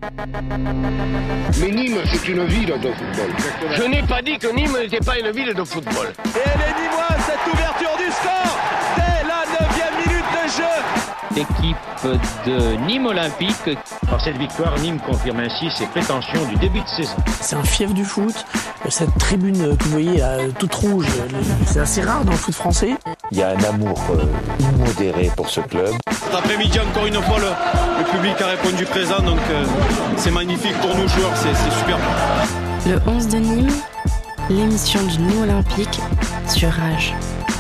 Mais Nîmes, c'est une ville de football. Je n'ai pas dit que Nîmes n'était pas une ville de football. Et elle est nîmoise, cette ouverture du score dès la 9e minute de jeu. Équipe de Nîmes Olympique. Par cette victoire, Nîmes confirme ainsi ses prétentions du début de saison. C'est un fief du foot. Cette tribune que vous voyez là, toute rouge, c'est assez rare dans le foot français. Il y a un amour immodéré pour ce club. Cet après-midi, encore une fois, le public a répondu présent, donc c'est magnifique pour nous joueurs, c'est super. Le 11 de Nîmes, l'émission du Nîmes Olympique sur Rage.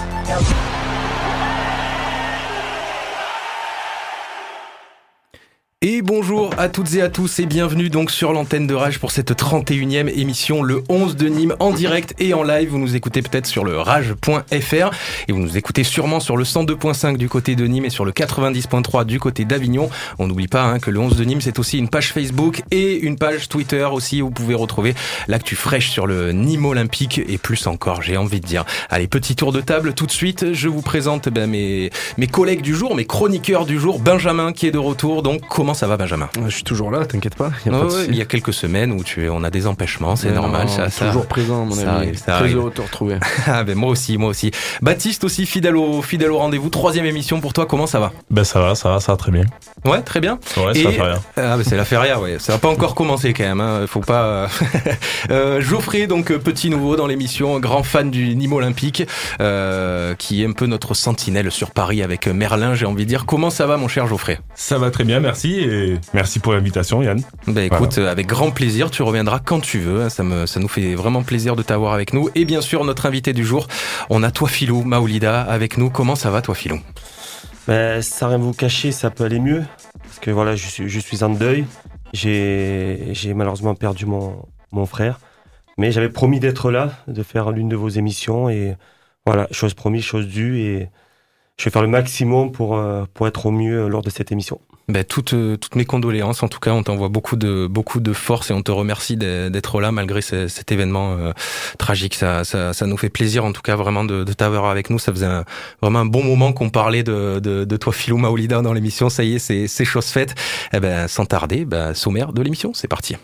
Et bonjour à toutes et à tous et bienvenue donc sur l'antenne de Rage pour cette 31e émission, le 11 de Nîmes, en direct et en live. Vous nous écoutez peut-être sur le rage.fr et vous nous écoutez sûrement sur le 102.5 du côté de Nîmes et sur le 90.3 du côté d'Avignon. On n'oublie pas que le 11 de Nîmes, c'est aussi une page Facebook et une page Twitter aussi où vous pouvez retrouver l'actu fraîche sur le Nîmes Olympique et plus encore, j'ai envie de dire. Allez, petit tour de table tout de suite. Je vous présente mes collègues du jour, mes chroniqueurs du jour. Benjamin qui est de retour, donc comment ça va, Benjamin? Je suis toujours là, t'inquiète pas. Il y a quelques semaines où on a des empêchements, c'est normal. Ça toujours présent, mon ami. Très heureux de te retrouver. Ah ben moi aussi. Baptiste aussi, fidèle au rendez-vous. 3e émission pour toi, comment ça va? Ben ça va très bien. Ouais, très bien. Ouais, c'est la feria. Ah ben c'est la feria, ouais. Ça va pas encore commencer quand même. Hein. Faut pas. Geoffrey, donc petit nouveau dans l'émission, grand fan du Nîmes Olympique, qui est un peu notre sentinelle sur Paris avec Merlin. J'ai envie de dire, comment ça va, mon cher Geoffrey? Ça va très bien, merci. Et merci pour l'invitation, Yann. Ben écoute, avec grand plaisir, tu reviendras quand tu veux. Ça nous fait vraiment plaisir de t'avoir avec nous. Et bien sûr, notre invité du jour, on a Touafilou Maoulida avec nous. Comment ça va, Touafilou? Sans rien vous cacher, ça peut aller mieux. Parce que voilà, je suis en deuil. J'ai malheureusement perdu mon frère. Mais j'avais promis d'être là, de faire l'une de vos émissions. Et voilà, chose promise, chose due. Et je vais faire le maximum pour être au mieux lors de cette émission. Ben, toutes mes condoléances. En tout cas, on t'envoie beaucoup de force et on te remercie d'être là malgré cet événement tragique. Ça nous fait plaisir, en tout cas, vraiment de t'avoir avec nous. Ça faisait vraiment un bon moment qu'on parlait de Touafilou Maoulida dans l'émission. Ça y est, c'est chose faite. Eh ben, sans tarder, sommaire de l'émission, c'est parti.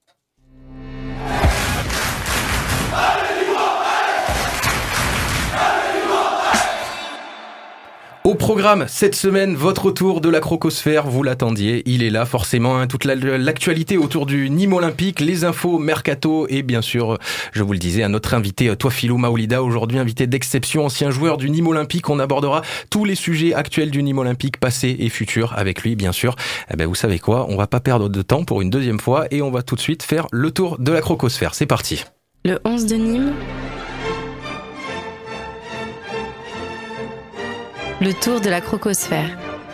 Au programme, cette semaine, votre tour de la crocosphère, vous l'attendiez, il est là forcément, toute l'actualité autour du Nîmes Olympique, les infos, mercato et bien sûr, je vous le disais, à notre invité Touafilou Maoulida, aujourd'hui invité d'exception, ancien joueur du Nîmes Olympique. On abordera tous les sujets actuels du Nîmes Olympique, passé et futur avec lui, bien sûr. Eh ben, vous savez quoi, on va pas perdre de temps pour une deuxième fois et on va tout de suite faire le tour de la crocosphère. C'est parti. Le 11 de Nîmes. Le tour de la crocosphère.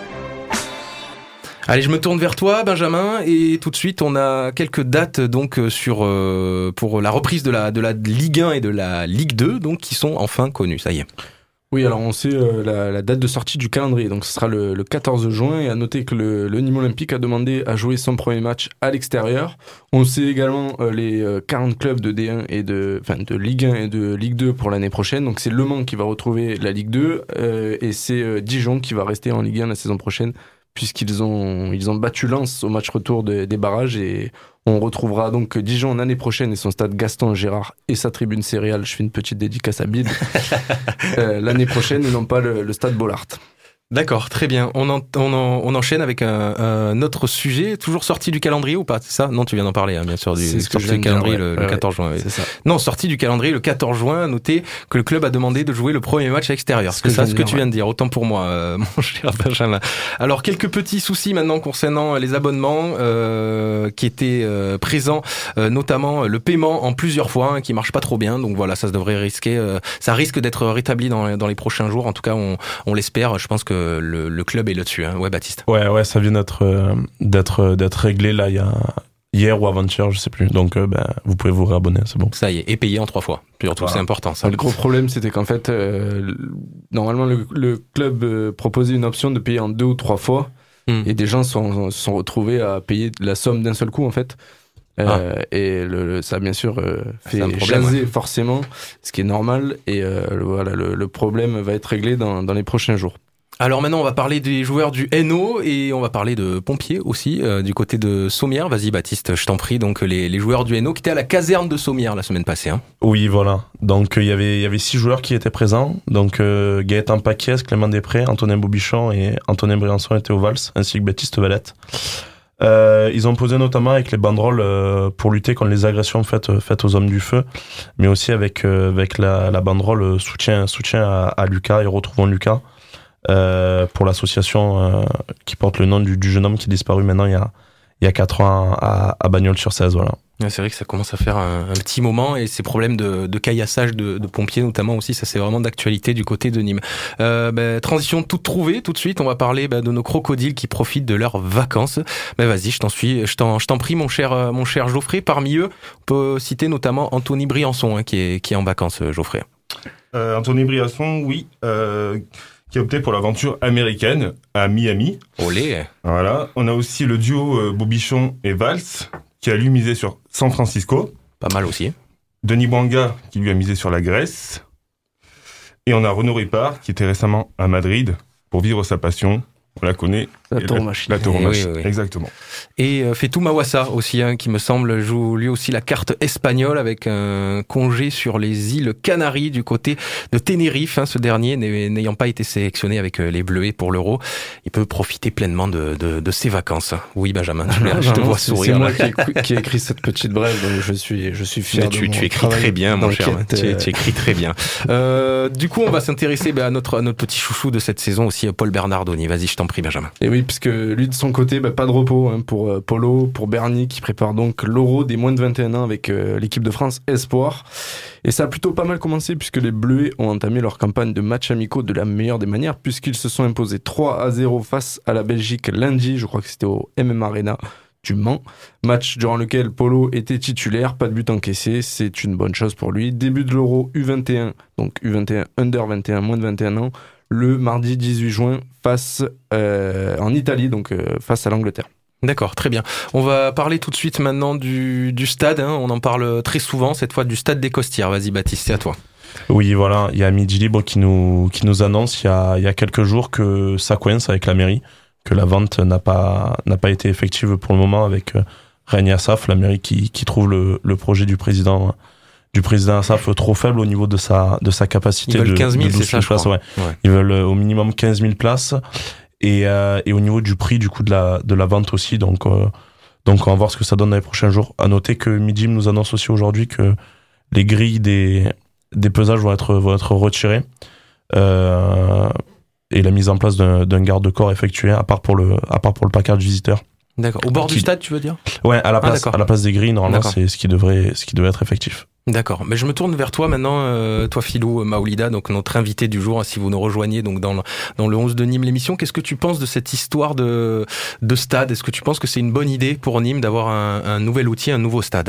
Allez, je me tourne vers toi, Benjamin, et tout de suite, on a quelques dates donc pour la reprise de la Ligue 1 et de la Ligue 2, donc qui sont enfin connues. Ça y est. Oui, alors on sait la date de sortie du calendrier, donc ce sera le 14 juin, et à noter que le Nîmes Olympique a demandé à jouer son premier match à l'extérieur. On sait également les 40 clubs de D1 et de Ligue 1 et de Ligue 2 pour l'année prochaine, donc c'est Le Mans qui va retrouver la Ligue 2, et c'est Dijon qui va rester en Ligue 1 la saison prochaine, puisqu'ils ont battu Lens au match retour des barrages, et on retrouvera donc Dijon l'année prochaine et son stade Gaston Gérard et sa tribune céréale. Je fais une petite dédicace à Bill. L'année prochaine et non pas le stade Bollaert. D'accord, très bien. On enchaîne avec un autre sujet, toujours sorti du calendrier ou pas? C'est ça? Non, tu viens d'en parler, hein, bien sûr, sorti du calendrier le 14 juin. Oui. C'est ça. Non, sorti du calendrier le 14 juin. Notez que le club a demandé de jouer le premier match à l'extérieur. C'est ça ce que tu viens de dire. Autant pour moi, mon cher Benjamin. Alors, quelques petits soucis maintenant concernant les abonnements qui étaient présents, notamment le paiement en plusieurs fois, qui marche pas trop bien. Donc voilà, ça risque d'être rétabli dans les prochains jours. En tout cas, on l'espère. Je pense que le club est là-dessus, hein. Ouais, Baptiste. Ouais, ça vient d'être réglé là, il y a hier ou avant-hier, je sais plus. Donc, vous pouvez vous réabonner, c'est bon. Ça y est, et payer en 3 fois. Surtout, voilà. C'est important, ça. Le gros problème, c'était qu'en fait, normalement, le club proposait une option de payer en 2 ou 3 fois, et des gens se sont retrouvés à payer la somme d'un seul coup, en fait. Et ça a bien sûr fait jaser forcément, ce qui est normal, et voilà, le problème va être réglé dans les prochains jours. Alors maintenant, on va parler des joueurs du NO et on va parler de pompiers aussi, du côté de Sommières. Vas-y Baptiste, je t'en prie. Donc les joueurs du NO qui étaient à la caserne de Sommières la semaine passée. Hein. Oui, voilà. Donc il y avait 6 joueurs qui étaient présents. Donc Gaëtan Paquiès, Clément Després, Antonin Bobichon et Antonin Briançon et Théo Valls, ainsi que Baptiste Valette. Ils ont posé notamment avec les banderoles pour lutter contre les agressions faites aux hommes du feu, mais aussi avec la banderole soutien à Lucas et retrouvons Lucas. Pour l'association qui porte le nom du jeune homme qui est disparu maintenant il y a 4 ans à Bagnols-sur-Cèze, voilà. C'est vrai que ça commence à faire un petit moment et ces problèmes de caillassage de pompiers notamment aussi, ça c'est vraiment d'actualité du côté de Nîmes. Transition toute trouvée, tout de suite on va parler de nos crocodiles qui profitent de leurs vacances. Vas-y, je t'en prie mon cher Geoffrey. Parmi eux, on peut citer notamment Anthony Briançon qui est en vacances, Geoffrey. Anthony Briançon, oui. Qui a opté pour l'aventure américaine à Miami. Olé. Voilà. On a aussi le duo Bobichon et Valls, qui a lui misé sur San Francisco. Pas mal aussi. Denis Bouanga, qui lui a misé sur la Grèce. Et on a Renaud Ripard, qui était récemment à Madrid pour vivre sa passion. On la connaît. La tauromachie. La tauromachie, oui. Exactement. Et Fetou Mawassa aussi, qui me semble joue lui aussi la carte espagnole avec un congé sur les îles Canaries du côté de Tenerife. Ce dernier n'ayant pas été sélectionné avec les Bleuets pour l'Euro, il peut profiter pleinement de ses vacances. Oui, Benjamin, je te vois sourire. C'est moi qui ai écrit cette petite brève, donc je suis fier. Mais tu écris très bien, mon cher. Tu écris très bien. Du coup, on va s'intéresser à notre petit chouchou de cette saison aussi, Paul Bernardoni. Vas-y, je t'en prie, Benjamin. Et oui, puisque lui de son côté, pas de repos pour Polo, pour Bernie qui prépare donc l'Euro des moins de 21 ans avec l'équipe de France Espoir. Et ça a plutôt pas mal commencé puisque les Bleuets ont entamé leur campagne de matchs amicaux de la meilleure des manières puisqu'ils se sont imposés 3-0 face à la Belgique lundi, je crois que c'était au MM Arena du Mans. Match durant lequel Polo était titulaire, pas de but encaissé, c'est une bonne chose pour lui. Début de l'Euro U21, donc U21 Under 21, moins de 21 ans, le mardi 18 juin en Italie, donc face à l'Angleterre. D'accord, très bien. On va parler tout de suite maintenant du stade. On en parle très souvent, cette fois du stade des Costières. Vas-y Baptiste, c'est à toi. Oui, voilà, il y a Midi Libre qui nous annonce il y a quelques jours que ça coince avec la mairie, que la vente n'a pas été effective pour le moment avec Régnier Assaf, la mairie qui trouve le projet du président Assaf trop faible au niveau de sa capacité. Ils veulent 15 000, c'est ça, je crois. Ouais. Ils veulent au minimum 15 000 places et au niveau du prix du coup de la vente aussi. Donc on va voir ce que ça donne dans les prochains jours. À noter que Midim nous annonce aussi aujourd'hui que les grilles des pesages vont être retirées et la mise en place d'un garde-corps effectué à part pour le package visiteur. D'accord. Au bord du stade, tu veux dire ? Ouais, à la place des grilles, normalement, c'est ce qui devrait être effectif. D'accord. Mais je me tourne vers toi maintenant, toi Philou Maoulida, donc notre invité du jour, si vous nous rejoignez donc dans le 11 de Nîmes l'émission. Qu'est-ce que tu penses de cette histoire de stade ? Est-ce que tu penses que c'est une bonne idée pour Nîmes d'avoir un nouvel outil, un nouveau stade ?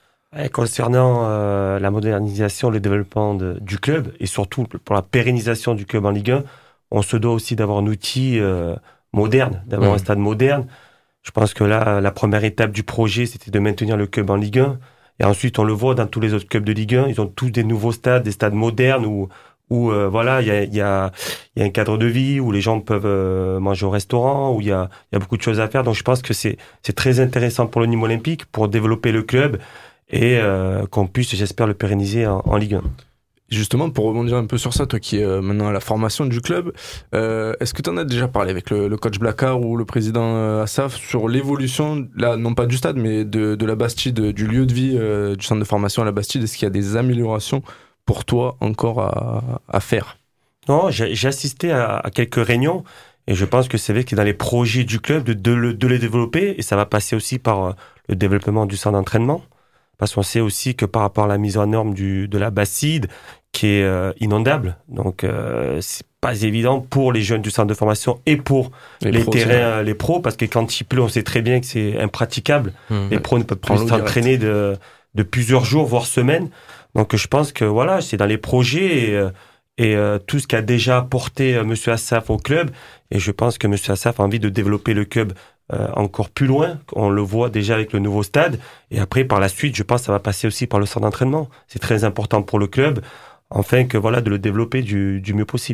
Concernant la modernisation, le développement du club et surtout pour la pérennisation du club en Ligue 1, on se doit aussi d'avoir un outil moderne, d'avoir un stade moderne. Je pense que là, la première étape du projet, c'était de maintenir le club en Ligue 1. Et ensuite, on le voit dans tous les autres clubs de Ligue 1, ils ont tous des nouveaux stades, des stades modernes où voilà, il y a un cadre de vie, où les gens peuvent manger au restaurant, où il y a beaucoup de choses à faire. Donc je pense que c'est très intéressant pour le Nîmes Olympique, pour développer le club et qu'on puisse, j'espère, le pérenniser en Ligue 1. Justement, pour rebondir un peu sur ça, toi qui es maintenant à la formation du club, est-ce que tu en as déjà parlé avec le coach Blacard ou le président Assaf sur l'évolution, là, non pas du stade, mais de la Bastide, du lieu de vie du centre de formation à la Bastide? Est-ce qu'il y a des améliorations pour toi encore à faire? Non, j'ai assisté à quelques réunions et je pense que c'est vrai que dans les projets du club de les développer, et ça va passer aussi par le développement du centre d'entraînement. Parce qu'on sait aussi que par rapport à la mise en norme de la Bastide, qui est inondable, donc c'est pas évident pour les jeunes du centre de formation et pour les terrains, les pros, parce que quand il pleut, on sait très bien que c'est impraticable. Les pros ne peuvent plus s'entraîner de plusieurs jours, voire semaines. Donc je pense que voilà, c'est dans les projets et tout ce qu'a déjà apporté Monsieur Assaf au club, et je pense que Monsieur Assaf a envie de développer le club encore plus loin. On le voit déjà avec le nouveau stade, et après par la suite, je pense que ça va passer aussi par le centre d'entraînement. C'est très important pour le club, enfin que voilà, de le développer du mieux possible.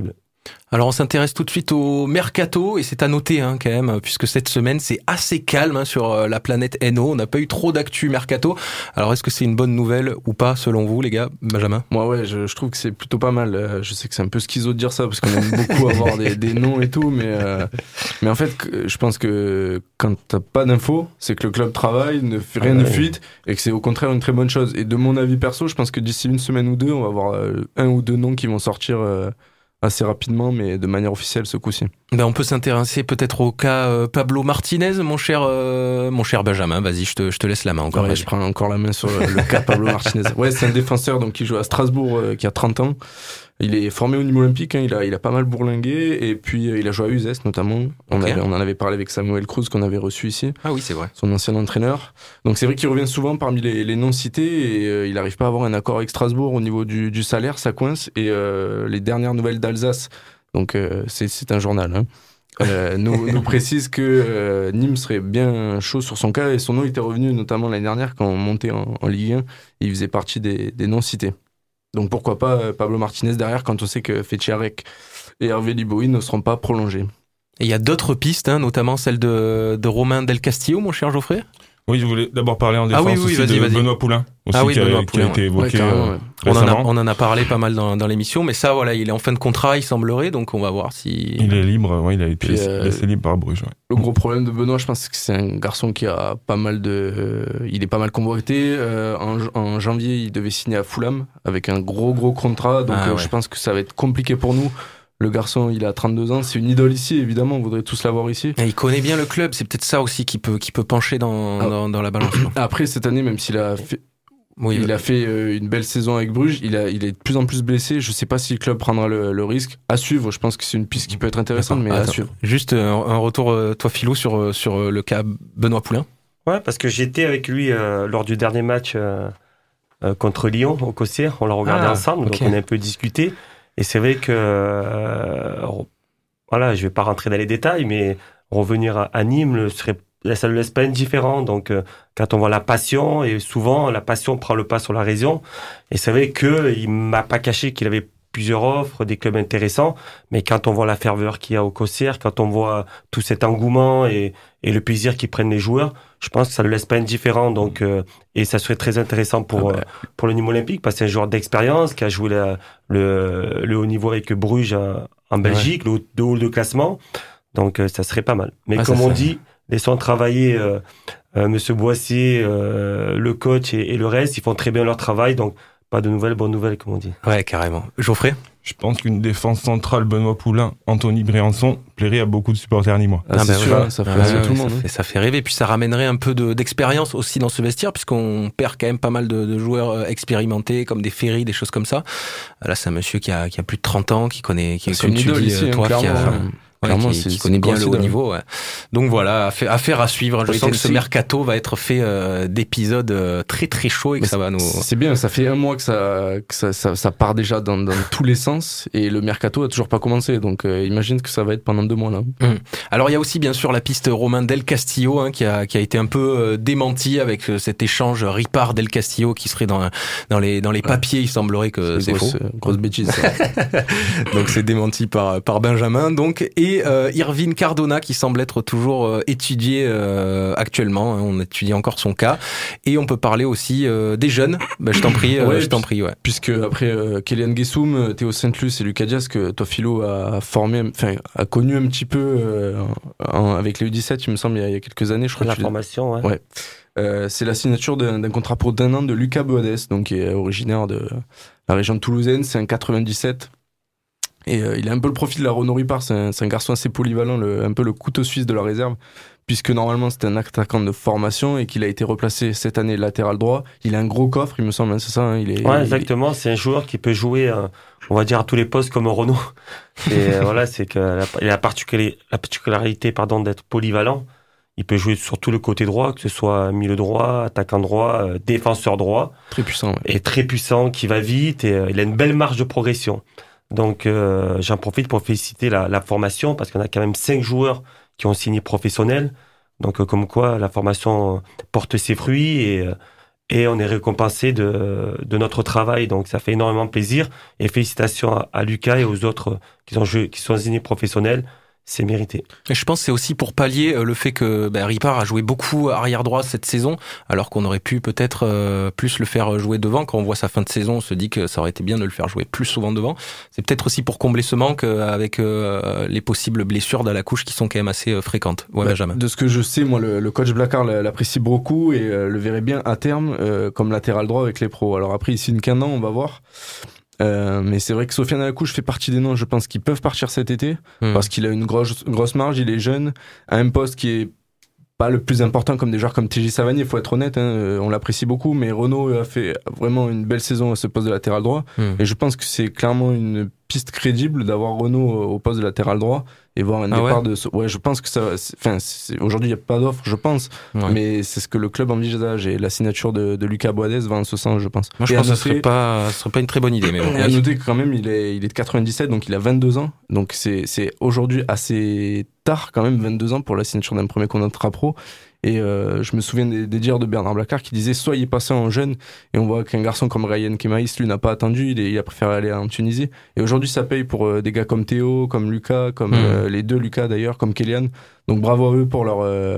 Alors on s'intéresse tout de suite au mercato et c'est à noter quand même puisque cette semaine c'est assez calme sur la planète NO. On n'a pas eu trop d'actu mercato. Alors est-ce que c'est une bonne nouvelle ou pas selon vous les gars? Benjamin? Moi ouais, je trouve que c'est plutôt pas mal. Je sais que c'est un peu schizo de dire ça parce qu'on aime beaucoup avoir des noms et tout, mais en fait je pense que quand t'as pas d'infos, c'est que le club travaille, rien ne fuite et que c'est au contraire une très bonne chose. Et de mon avis perso, je pense que d'ici une semaine ou deux, on va avoir un ou deux noms qui vont sortir assez rapidement, mais de manière officielle ce coup-ci. On peut s'intéresser peut-être au cas Pablo Martinez, mon cher Benjamin. Vas-y, je te laisse la main encore. Ouais, je prends encore la main sur le cas Pablo Martinez. Ouais, c'est un défenseur donc qui joue à Strasbourg, qui a 30 ans. Il est formé au Nîmes Olympique, il a pas mal bourlingué et puis il a joué à Uzès notamment. On en avait parlé avec Samuel Cruz qu'on avait reçu ici. Ah oui, c'est vrai. Son ancien entraîneur. Donc c'est vrai qu'il revient souvent parmi les noms cités et il n'arrive pas à avoir un accord avec Strasbourg au niveau du salaire, ça coince. Et les dernières nouvelles d'Alsace, donc c'est un journal, nous précise que Nîmes serait bien chaud sur son cas et son nom était revenu notamment l'année dernière quand on montait en Ligue 1. Il faisait partie des noms cités. Donc pourquoi pas Pablo Martinez derrière quand on sait que Fetchiarek et Hervé Liboï ne seront pas prolongés. Et il y a d'autres pistes, notamment celle de Romain Del Castillo, mon cher Geoffrey. Oui, je voulais d'abord parler en défense de Benoît Poulain, aussi, qui a été évoqué récemment. On en a parlé pas mal dans l'émission, mais ça, voilà, il est en fin de contrat, il semblerait, donc on va voir si... Il est libre, il a été laissé libre par Bruges. Ouais. Le gros problème de Benoît, je pense que c'est un garçon qui a pas mal il est pas mal convoité. En janvier, il devait signer à Fulham avec un gros contrat, donc je pense que ça va être compliqué pour nous. Le garçon, il a 32 ans, c'est une idole ici, évidemment, on voudrait tous l'avoir ici. Et il connaît bien le club, c'est peut-être ça aussi qui peut pencher dans la balance. Après, cette année, même s'il a fait, a fait une belle saison avec Bruges, il est de plus en plus blessé, je sais pas si le club prendra le risque. À suivre, je pense que c'est une piste qui peut être intéressante, à suivre. Juste un retour, toi Philou, sur le cas Benoît Poulain. Ouais, parce que j'étais avec lui lors du dernier match contre Lyon, au Cossière, on l'a regardé ensemble, donc on a un peu discuté. Et c'est vrai que, je vais pas rentrer dans les détails, mais revenir à Nîmes ça ne le laisse pas indifférent. Donc, quand on voit la passion, et souvent, la passion prend le pas sur la raison. Et c'est vrai qu'il m'a pas caché qu'il avait plusieurs offres, des clubs intéressants. Mais quand on voit la ferveur qu'il y a au Cossière, quand on voit tout cet engouement et le plaisir qu'ils prennent les joueurs, je pense que ça ne le laisse pas indifférent. Donc, et ça serait très intéressant pour le Nîmes Olympique, parce que c'est un joueur d'expérience qui a joué le haut niveau avec Bruges en Belgique, le haut de classement. Donc, ça serait pas mal. Mais comme on dit, laissons travailler Monsieur Boissier, le coach et le reste. Ils font très bien leur travail. Donc, pas de nouvelles, bonnes nouvelles, comme on dit. Ouais, carrément. Geoffrey ? Je pense qu'une défense centrale, Benoît Poulain, Anthony Briançon, plairait à beaucoup de supporters nîmois. C'est sûr, ça fait tout le monde. Ça fait rêver, puis ça ramènerait un peu d'expérience aussi dans ce vestiaire, puisqu'on perd quand même pas mal de joueurs expérimentés, comme des Ferry, des choses comme ça. Là, c'est un monsieur qui a plus de 30 ans, qui connaît, comme tu dis, ici, toi, qui connaît bien le haut niveau. Ouais. Donc voilà, affaire à suivre. Je sens que ce mercato va être fait d'épisodes très très chauds et que ça va nous... C'est bien, ça fait un mois que ça part déjà dans tous les sens et le mercato a toujours pas commencé. Donc imagine que ça va être pendant 2 mois là. Alors il y a aussi bien sûr la piste Romain Del Castillo qui a été un peu démenti avec cet échange Ripard Del Castillo qui serait dans les papiers. Il semblerait que c'est faux. Grosse bêtise. Donc c'est démenti par Benjamin. Donc et Irvine Cardona qui semble être toujours étudié actuellement. On étudie encore son cas. Et on peut parler aussi des jeunes. Je t'en prie. Ouais. Puisque après Kélian Guessoum, Théo Saint-Luc et Lucas Diaz que toi Philo a connu un petit peu avec les U17, il me semble, il y a quelques années. Je crois la formation, ouais. C'est la signature d'un contrat pour d'1 an de Lucas Boades, donc qui est originaire de la région de Toulousaine. C'est un 97. Et il a un peu le profil de la Renaud Ripard, c'est un garçon assez polyvalent, un peu le couteau suisse de la réserve, puisque normalement c'était un attaquant de formation et qu'il a été replacé cette année latéral droit. Il a un gros coffre, il me semble, c'est ça exactement, c'est un joueur qui peut jouer, on va dire, à tous les postes comme Renaud. Et c'est qu'il a la particularité d'être polyvalent. Il peut jouer sur tout le côté droit, que ce soit milieu droit, attaquant droit, défenseur droit. Très puissant. Ouais. Et très puissant, qui va vite, et il a une belle marge de progression. Donc j'en profite pour féliciter la formation, parce qu'on a quand même 5 joueurs qui ont signé professionnels. Donc comme quoi la formation porte ses fruits et on est récompensé de notre travail. Donc ça fait énormément plaisir et félicitations à Lucas et aux autres qui sont désignés professionnels. C'est mérité. Et je pense que c'est aussi pour pallier le fait que Ripard a joué beaucoup arrière droit cette saison, alors qu'on aurait pu peut-être plus le faire jouer devant. Quand on voit sa fin de saison, on se dit que ça aurait été bien de le faire jouer plus souvent devant. C'est peut-être aussi pour combler ce manque avec les possibles blessures d'Alacouche qui sont quand même assez fréquentes. Ouais, Benjamin. De ce que je sais, moi, le coach Blacard l'apprécie beaucoup et le verrait bien à terme comme latéral droit avec les pros. Alors après, il signe qu'un an, on va voir. Mais c'est vrai que Sofiane Alacouche fait partie des noms, je pense, qui peuvent partir cet été parce qu'il a une grosse marge, il est jeune, à un poste qui est pas le plus important comme des joueurs comme TJ Savanier, faut être honnête, on l'apprécie beaucoup, mais Renaud a fait vraiment une belle saison à ce poste de latéral droit et je pense que c'est clairement une piste crédible d'avoir Renaud au poste de latéral droit et voir un départ de... Ouais, je pense que ça... aujourd'hui, il n'y a pas d'offre, je pense, mais c'est ce que le club envisage et la signature de Lucas Boadès va en ce sens, je pense. Moi, je pense que ce serait pas une très bonne idée. Mais bon, et à noter que quand même, il est de 97, donc il a 22 ans. Donc c'est aujourd'hui assez tard quand même, 22 ans pour la signature d'un premier contrat pro. Et je me souviens des dires de Bernard Blacard qui disait soit il est passé en jeune et on voit qu'un garçon comme Ryan Kemaïs lui n'a pas attendu, il a préféré aller en Tunisie et aujourd'hui ça paye pour des gars comme Théo, comme Lucas, comme les deux Lucas d'ailleurs, comme Kélian. Donc bravo à eux pour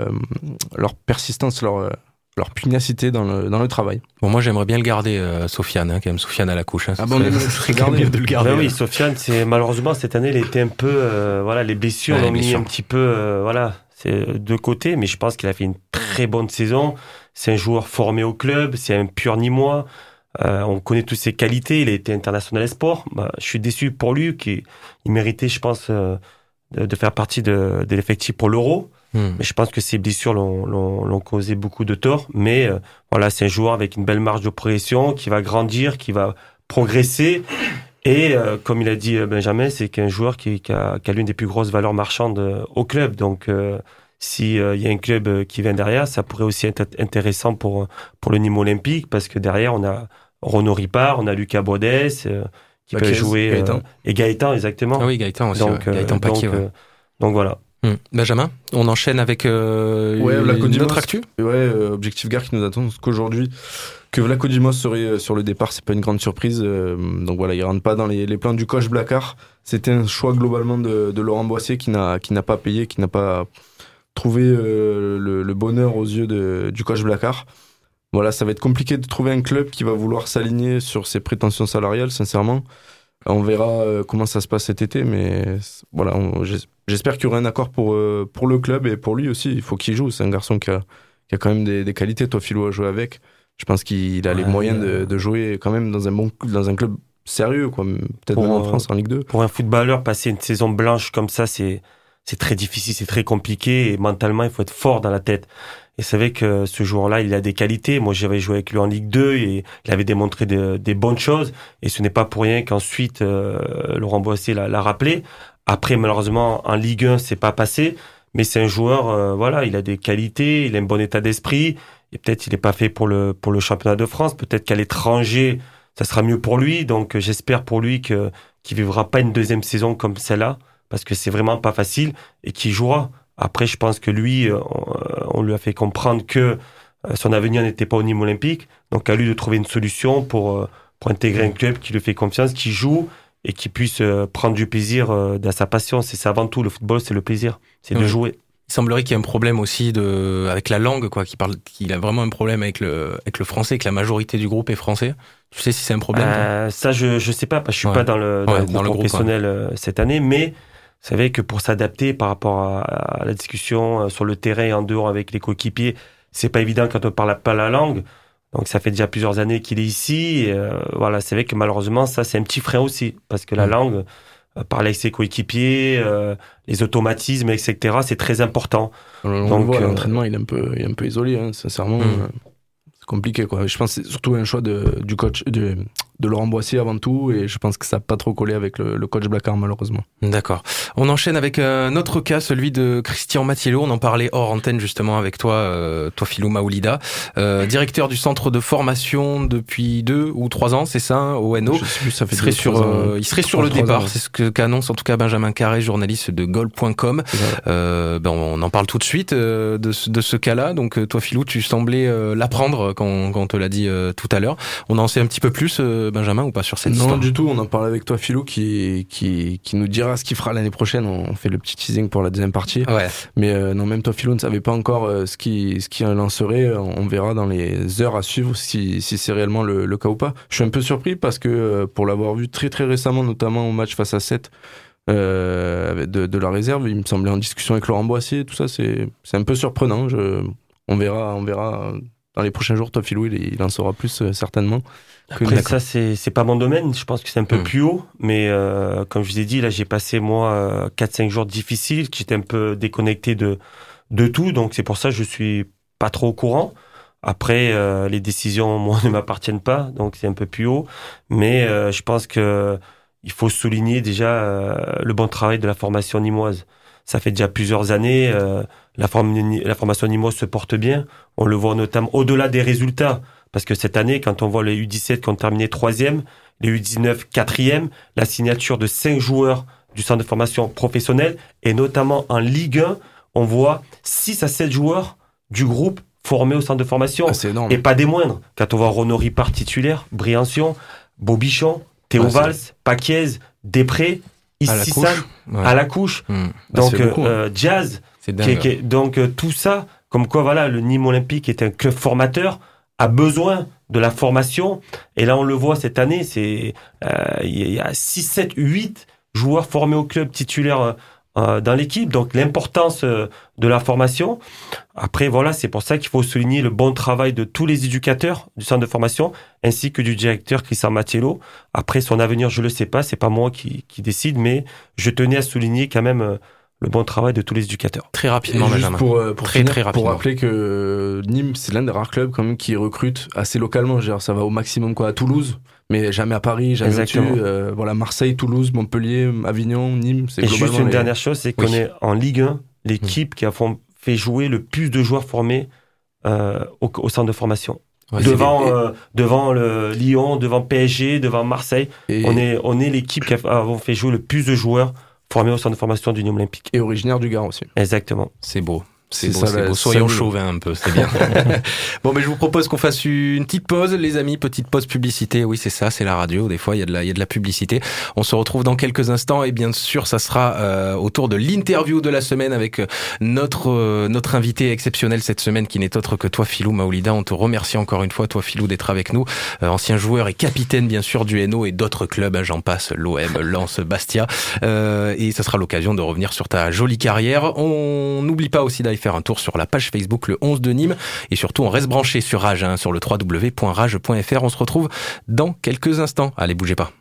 leur persistance, leur pugnacité dans le travail. Bon, moi j'aimerais bien le garder, Sofiane, quand même, Sofiane Alacouche. Ah bon, ce serait quand même bien de le garder. Ben oui, Sofiane, malheureusement cette année il était un peu, les blessures l'ont mis un petit peu, c'est de côté, mais je pense qu'il a fait une très bonne saison. C'est un joueur formé au club, c'est un pur Nîmois. On connaît toutes ses qualités, il a été international sport. Je suis déçu pour lui, qu'il méritait, je pense, de faire partie de l'effectif pour l'Euro. Mais je pense que ses blessures l'ont causé beaucoup de tort. Mais c'est un joueur avec une belle marge de progression, qui va grandir, qui va progresser. Et comme il a dit Benjamin, c'est qu'un joueur qui a l'une des plus grosses valeurs marchandes au club. Donc s'il y a un club qui vient derrière, ça pourrait aussi être intéressant pour le Nîmes Olympique, parce que derrière on a Renaud Ripard, on a Lucas Boadès qui peut jouer Gaëtan. Et Gaëtan, exactement. Ah oui, Gaëtan aussi. Gaëtan Paquet. Donc voilà. Benjamin, on enchaîne avec notre actu. Objectif Gare qui nous attend qu'aujourd'hui que Vlaco Dimos serait sur le départ, c'est pas une grande surprise. Donc voilà, il rentre pas dans les plans du coach Blacard. C'était un choix globalement de Laurent Boissier qui n'a pas payé, qui n'a pas trouvé le bonheur aux yeux du coach Blacard. Voilà, ça va être compliqué de trouver un club qui va vouloir s'aligner sur ses prétentions salariales, sincèrement. On verra comment ça se passe cet été, mais voilà, j'espère qu'il y aura un accord pour le club et pour lui aussi. Il faut qu'il joue. C'est un garçon qui a quand même des qualités. Toi, Philou, a joué avec. Je pense qu'il a les moyens de jouer quand même dans un club sérieux, quoi. Peut-être même en France, en Ligue 2. Pour un footballeur, passer une saison blanche comme ça, c'est très difficile, c'est très compliqué. Et mentalement, il faut être fort dans la tête. Et c'est vrai que ce joueur-là, il a des qualités. Moi, j'avais joué avec lui en Ligue 2 et il avait démontré des bonnes choses. Et ce n'est pas pour rien qu'ensuite, Laurent Boissier l'a rappelé. Après, malheureusement, en Ligue 1, c'est pas passé. Mais c'est un joueur, il a des qualités, il a un bon état d'esprit. Et peut-être il n'est pas fait pour le championnat de France. Peut-être qu'à l'étranger, ça sera mieux pour lui. Donc, j'espère pour lui qu'il vivra pas une deuxième saison comme celle-là, parce que c'est vraiment pas facile, et qu'il jouera. Après, je pense que lui, on lui a fait comprendre que son avenir n'était pas au Nîmes Olympique. Donc, à lui de trouver une solution pour intégrer un club qui lui fait confiance, qui joue et qui puisse prendre du plaisir dans sa passion. C'est ça avant tout. Le football, c'est le plaisir. C'est de jouer. Il semblerait qu'il y ait un problème aussi avec la langue, quoi. Qu'il a vraiment un problème avec le français, que la majorité du groupe est français. Tu sais si c'est un problème? Ça, je sais pas, parce que je suis pas dans le groupe professionnel cette année, mais vous savez que pour s'adapter par rapport à la discussion sur le terrain et en dehors avec les coéquipiers, c'est pas évident quand on parle pas la langue. Donc ça fait déjà plusieurs années qu'il est ici. Et, c'est vrai que malheureusement, ça c'est un petit frein aussi, parce que la langue, parler avec ses coéquipiers, les automatismes, etc., c'est très important. Donc voit, l'entraînement, il est un peu isolé, sincèrement. C'est compliqué, quoi. Je pense que c'est surtout un choix du coach, Laurent Boissier avant tout, et je pense que ça n'a pas trop collé avec le coach Blacard malheureusement. D'accord. On enchaîne avec un autre cas, celui de Christian Mattiello. On en parlait hors antenne justement avec toi, Philou Maoulida, directeur du centre de formation depuis 2 ou 3 ans, c'est ça, au NO. Je sais plus, ça fait il serait sur le départ, c'est ce qu'annonce en tout cas Benjamin Carré, journaliste de Goal.com. On en parle tout de suite de ce cas-là. Donc toi Philou, tu semblais l'apprendre quand on te l'a dit tout à l'heure. On en sait un petit peu plus, Benjamin, ou pas sur cette histoire? Non, du tout. On en parle avec toi, Philou, qui nous dira ce qu'il fera l'année prochaine. On fait le petit teasing pour la deuxième partie. Ouais. Mais non, même toi, Philou, ne savait pas encore ce qui lancerait. On verra dans les heures à suivre si c'est réellement le cas ou pas. Je suis un peu surpris parce que pour l'avoir vu très très récemment, notamment au match face à 7 de la réserve, il me semblait en discussion avec Laurent Boissier. Tout ça, c'est un peu surprenant. On verra dans les prochains jours. Toi, Philou, il en saura plus certainement. Après, ça, c'est pas mon domaine. Je pense que c'est un peu plus haut. Mais comme je vous ai dit, là, j'ai passé, moi, 4-5 jours difficiles. J'étais un peu déconnecté de tout. Donc, c'est pour ça que je suis pas trop au courant. Après, les décisions, moi, ne m'appartiennent pas. Donc, c'est un peu plus haut. Mais je pense que il faut souligner déjà le bon travail de la formation nîmoise. Ça fait déjà plusieurs années. La formation nîmoise se porte bien. On le voit notamment au-delà des résultats. Parce que cette année, quand on voit les U17 qui ont terminé 3e, les U19 4e, la signature de 5 joueurs du centre de formation professionnel, et notamment en Ligue 1, on voit 6 à 7 joueurs du groupe formés au centre de formation. Ah, c'est énorme. Et pas des moindres. Quand on voit Renaud Ripart titulaire, Briancion, Bobichon, Théo Valls, Paquiez, Després, Ississam, à la couche. Donc, Jazz. C'est dingue. Donc, tout ça, comme quoi, voilà, le Nîmes Olympique est un club formateur, a besoin de la formation. Et là, on le voit cette année, il y a 6, 7, 8 joueurs formés au club titulaires dans l'équipe. Donc, l'importance de la formation. Après, voilà, c'est pour ça qu'il faut souligner le bon travail de tous les éducateurs du centre de formation, ainsi que du directeur Christian Mattiello. Après, son avenir, je le sais pas, c'est pas moi qui décide, mais je tenais à souligner quand même le bon travail de tous les éducateurs. Très rapidement, Benjamin. Très rapidement. Pour rappeler que Nîmes, c'est l'un des rares clubs quand même qui recrute assez localement. Genre, ça va au maximum à Toulouse, mais jamais à Paris, jamais au-dessus. Voilà, Marseille, Toulouse, Montpellier, Avignon, Nîmes. C'est globalement juste une dernière chose, c'est qu'on est en Ligue 1, l'équipe qui a fait jouer le plus de joueurs formés au centre de formation. Ouais, devant le Lyon, devant PSG, devant Marseille. On est l'équipe qui a fait jouer le plus de joueurs formé au centre de formation du Nîmes Olympique. Et originaire du Gard aussi. Exactement. C'est beau. C'est beau. Soyons chauvins un peu, c'est bien. Bon, mais je vous propose qu'on fasse une petite pause, les amis. Petite pause publicité. Oui, c'est ça, c'est la radio. Des fois, il y a de la publicité. On se retrouve dans quelques instants et bien sûr, ça sera autour de l'interview de la semaine avec notre invité exceptionnel cette semaine qui n'est autre que toi, Philou Maoulida. On te remercie encore une fois, toi, Philou, d'être avec nous. Ancien joueur et capitaine, bien sûr, du NO et d'autres clubs. J'en passe, l'OM, Lens, Bastia. Et ça sera l'occasion de revenir sur ta jolie carrière. On n'oublie pas aussi d'aller faire un tour sur la page Facebook le 11 de Nîmes et surtout on reste branché sur Rage sur le www.rage.fr. On se retrouve dans quelques instants. Allez, bougez pas.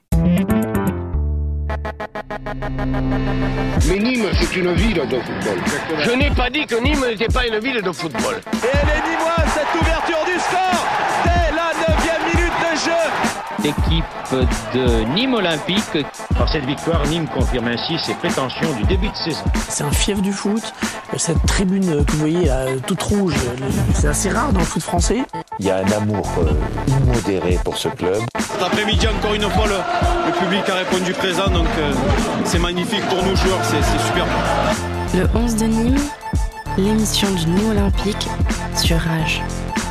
Mais Nîmes, c'est une ville de football. Je n'ai pas dit que Nîmes n'était pas une ville de football. Et elle est nîmoise, cette ouverture du score dès la 9e minute de jeu. L'équipe de Nîmes Olympique. Par cette victoire, Nîmes confirme ainsi ses prétentions du début de saison. C'est un fief du foot. Cette tribune que vous voyez là, toute rouge, c'est assez rare dans le foot français. Il y a un amour immodéré pour ce club. Cet après-midi, encore une fois, le public a répondu présent, donc c'est magnifique pour nous joueurs, c'est super. Le 11 de Nîmes, l'émission du Nîmes Olympique sur Rage.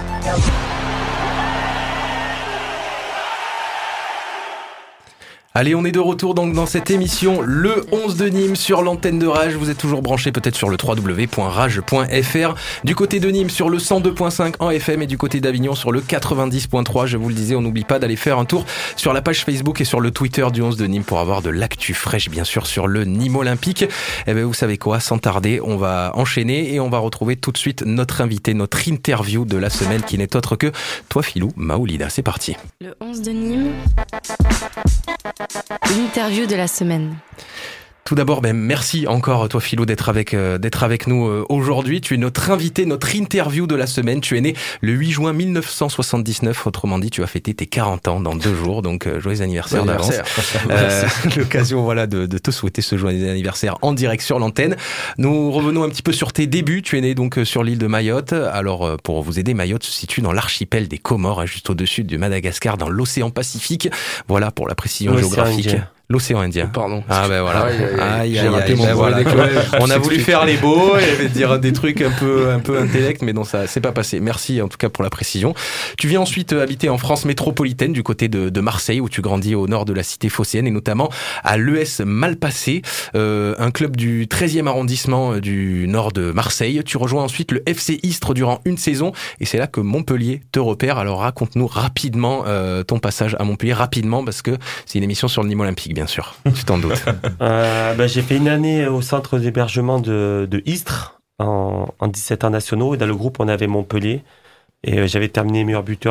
Allez, on est de retour donc dans cette émission, le 11 de Nîmes sur l'antenne de Rage. Vous êtes toujours branchés peut-être sur le www.rage.fr. Du côté de Nîmes sur le 102.5 en FM et du côté d'Avignon sur le 90.3. Je vous le disais, on n'oublie pas d'aller faire un tour sur la page Facebook et sur le Twitter du 11 de Nîmes pour avoir de l'actu fraîche, bien sûr, sur le Nîmes Olympique. Eh bien, vous savez quoi, sans tarder, on va enchaîner et on va retrouver tout de suite notre invité, notre interview de la semaine qui n'est autre que toi, Philou Maoulida. C'est parti. Le 11 de Nîmes. L'interview de la semaine. Tout d'abord, merci encore toi Philou d'être avec nous aujourd'hui. Tu es notre invité, notre interview de la semaine. Tu es né le 8 juin 1979, autrement dit tu vas fêter tes 40 ans dans 2 jours, donc joyeux anniversaire d'avance. L'occasion de te souhaiter ce joyeux anniversaire en direct sur l'antenne. Nous revenons un petit peu sur tes débuts. Tu es né donc sur l'île de Mayotte. Alors pour vous aider, Mayotte se situe dans l'archipel des Comores, juste au-dessus de Madagascar, dans l'océan Pacifique. Voilà pour la précision géographique. L'océan Indien. Pardon. Ah voilà. Aïe, voilà. On a voulu faire les beaux et dire des trucs un peu intellect, mais non, ça c'est pas passé. Merci en tout cas pour la précision. Tu viens ensuite habiter en France métropolitaine, du côté de Marseille, où tu grandis au nord de la cité phocéenne et notamment à l'ES Malpasset, un club du 13e arrondissement du nord de Marseille. Tu rejoins ensuite le FC Istres durant une saison et c'est là que Montpellier te repère. Alors raconte-nous rapidement ton passage à Montpellier, rapidement, parce que c'est une émission sur le Nîmes Olympique. Bien sûr, tu t'en doutes. J'ai fait une année au centre d'hébergement de Istres en 17 ans nationaux. Et dans le groupe, on avait Montpellier. Et j'avais terminé meilleur buteur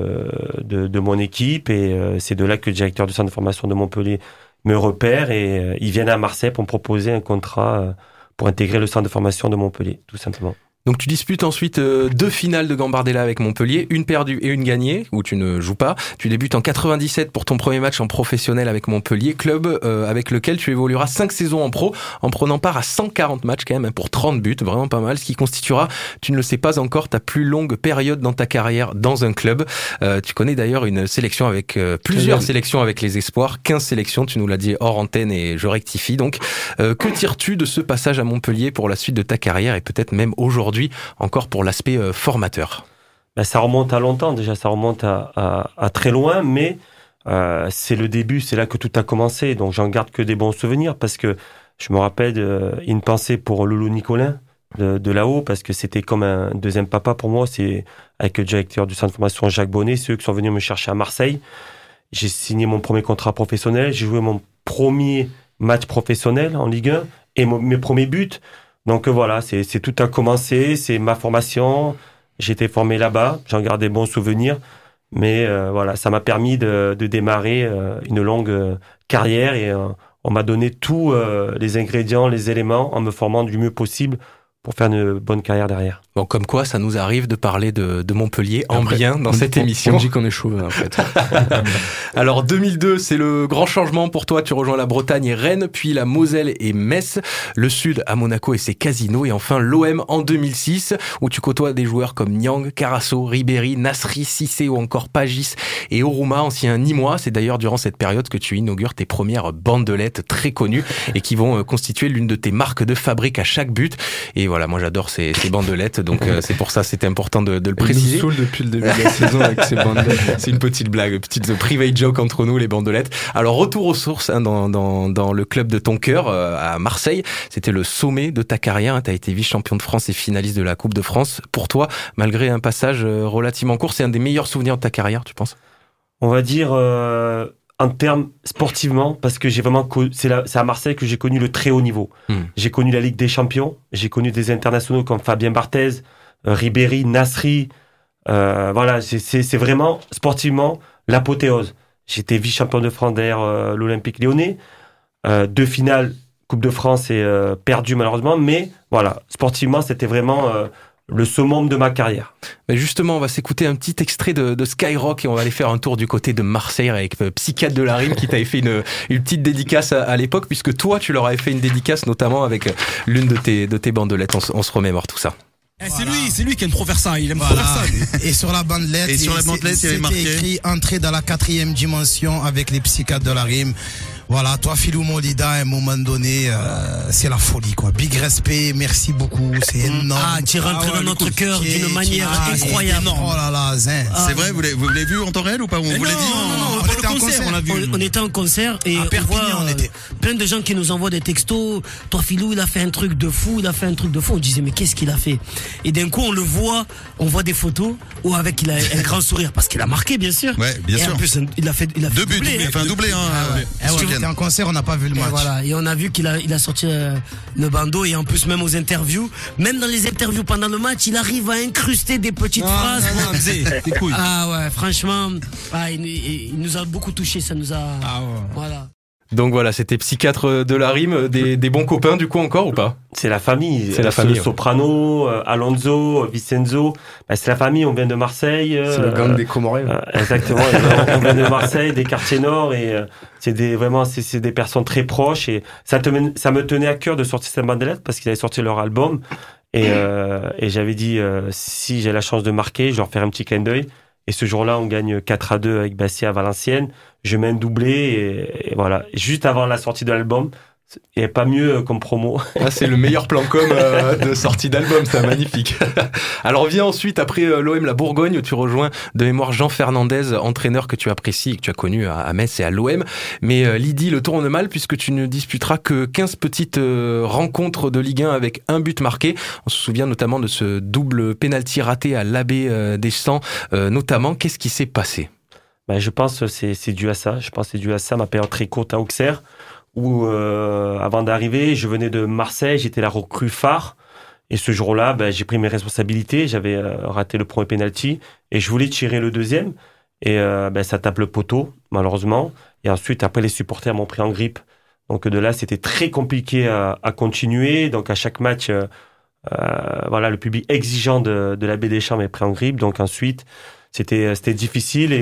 de mon équipe. Et c'est de là que le directeur du centre de formation de Montpellier me repère. Et ils viennent à Marseille pour me proposer un contrat pour intégrer le centre de formation de Montpellier, tout simplement. Donc tu disputes ensuite 2 finales de Gambardella avec Montpellier, une perdue et une gagnée, où tu ne joues pas. Tu débutes en 97 pour ton premier match en professionnel avec Montpellier, club avec lequel tu évolueras 5 saisons en pro, en prenant part à 140 matchs quand même, pour 30 buts, vraiment pas mal, ce qui constituera, tu ne le sais pas encore, ta plus longue période dans ta carrière dans un club. Tu connais d'ailleurs une sélection avec plusieurs sélections avec les espoirs, 15 sélections, tu nous l'as dit hors antenne et je rectifie. Donc que tires-tu de ce passage à Montpellier pour la suite de ta carrière et peut-être même aujourd'hui encore pour l'aspect formateur? Ça remonte à longtemps déjà, ça remonte à très loin, mais c'est le début, c'est là que tout a commencé, donc j'en garde que des bons souvenirs, parce que je me rappelle une pensée pour Loulou Nicolin de là-haut, parce que c'était comme un deuxième papa pour moi. C'est avec le directeur du centre de formation Jacques Bonnet, c'est eux qui sont venus me chercher à Marseille. J'ai signé mon premier contrat professionnel, j'ai joué mon premier match professionnel en Ligue 1 et mes premiers buts. Donc voilà, c'est tout a commencé, c'est ma formation, j'ai été formé là-bas, j'en garde des bons souvenirs, mais voilà, ça m'a permis de démarrer une longue carrière et on m'a donné tous les ingrédients, les éléments en me formant du mieux possible pour faire une bonne carrière derrière. Bon, comme quoi, ça nous arrive de parler de Montpellier en bien dans cette émission. On dit qu'on est chauvin, en fait. Alors, 2002, c'est le grand changement pour toi. Tu rejoins la Bretagne et Rennes, puis la Moselle et Metz, le Sud à Monaco et ses casinos, et enfin l'OM en 2006, où tu côtoies des joueurs comme Niang, Carasso, Ribéry, Nasri, Cissé ou encore Pagis et Oruma, anciens Nîmois. C'est d'ailleurs durant cette période que tu inaugures tes premières bandelettes très connues et qui vont constituer l'une de tes marques de fabrique à chaque but. Et voilà, moi j'adore ces bandelettes, donc c'est pour ça c'était important de le préciser. Il nous saoule depuis le début de la saison avec ces bandelettes. C'est une petite blague, petite private joke entre nous, les bandelettes. Alors retour aux sources dans le club de ton cœur à Marseille. C'était le sommet de ta carrière. Tu as été vice-champion de France et finaliste de la Coupe de France. Pour toi, malgré un passage relativement court, c'est un des meilleurs souvenirs de ta carrière, tu penses? On va dire en termes sportivement, parce que j'ai vraiment c'est à Marseille que j'ai connu le très haut niveau. J'ai connu la Ligue des Champions, j'ai connu des internationaux comme Fabien Barthez, Ribéry, Nasri. Voilà, c'est vraiment sportivement l'apothéose. J'étais vice-champion de France derrière l'Olympique Lyonnais. 2 finales Coupe de France et perdues malheureusement, mais voilà, sportivement c'était vraiment le summum de ma carrière. Mais justement, on va s'écouter un petit extrait de Skyrock et on va aller faire un tour du côté de Marseille avec Psychiatre de la Rime qui t'avait fait une petite dédicace à l'époque, puisque toi, tu leur avais fait une dédicace notamment avec l'une de tes bandelettes. On se remémore tout ça. C'est lui qui aime trop faire ça, il aime trop faire ça. Et sur la bandelette, il y avait marqué entrée dans la 4e dimension avec les Psychiatres de la Rime. Voilà, toi Philou Molida, à un moment donné, c'est la folie quoi. Big respect, merci beaucoup, c'est énorme. Tu es rentré dans notre cœur d'une manière incroyable. Oh là là, Zin. C'est vrai, vous l'avez vu en temps réel ou pas? On vous l'a dit? Non, on était en concert, on l'a vu. On était en concert et on voit plein de gens qui nous envoient des textos. Toi Philou, il a fait un truc de fou, On disait mais qu'est-ce qu'il a fait? Et d'un coup on le voit, on voit des photos où avec il a un grand sourire parce qu'il a marqué bien sûr. Ouais, bien sûr. Et en plus il a fait 2 buts, il a fait un doublé C'était en concert, on n'a pas vu le match. Et voilà, et on a vu qu'il a sorti le bandeau et en plus même aux interviews, même dans les interviews pendant le match, il arrive à incruster des petites phrases. T'es couilles. Ah ouais, franchement, il nous a beaucoup touché, ça nous a voilà. Donc voilà, c'était psychiatre de la rime, des bons copains du coup encore ou pas? C'est la famille. C'est la famille. Soprano, Alonso, Vicenzo. C'est la famille, on vient de Marseille. C'est le gang des Comoriens. Exactement. On vient de Marseille, des quartiers nord et c'est des personnes très proches et ça me tenait à cœur de sortir cette bandelette parce qu'ils avaient sorti leur album et j'avais dit si j'ai la chance de marquer, je leur ferai un petit clin d'œil. Et ce jour-là, on gagne 4-2 avec Bastia à Valenciennes. Je mets un doublé et voilà. Juste avant la sortie de l'album, il n'y avait pas mieux comme promo. Ah, c'est le meilleur plan com de sortie d'album, c'est magnifique. Alors vient ensuite, après l'OM La Bourgogne, où tu rejoins de mémoire Jean Fernandez, entraîneur que tu apprécies et que tu as connu à Metz et à l'OM. Mais l'idylle tourne mal puisque tu ne disputeras que 15 petites rencontres de Ligue 1 avec un but marqué. On se souvient notamment de ce double penalty raté à l'Abbé des Champs, notamment. Qu'est-ce qui s'est passé? Je pense que c'est dû à ça. Je pense que c'est dû à ça, ma période très courte à Auxerre. Où avant d'arriver, je venais de Marseille, j'étais la recrue phare. Et ce jour-là, j'ai pris mes responsabilités. J'avais raté le premier penalty et je voulais tirer le deuxième. Et ça tape le poteau, malheureusement. Et ensuite, après, les supporters m'ont pris en grippe. Donc de là, c'était très compliqué à continuer. Donc à chaque match, le public exigeant de l'Abbé des Champs m'est pris en grippe. Donc ensuite, c'était difficile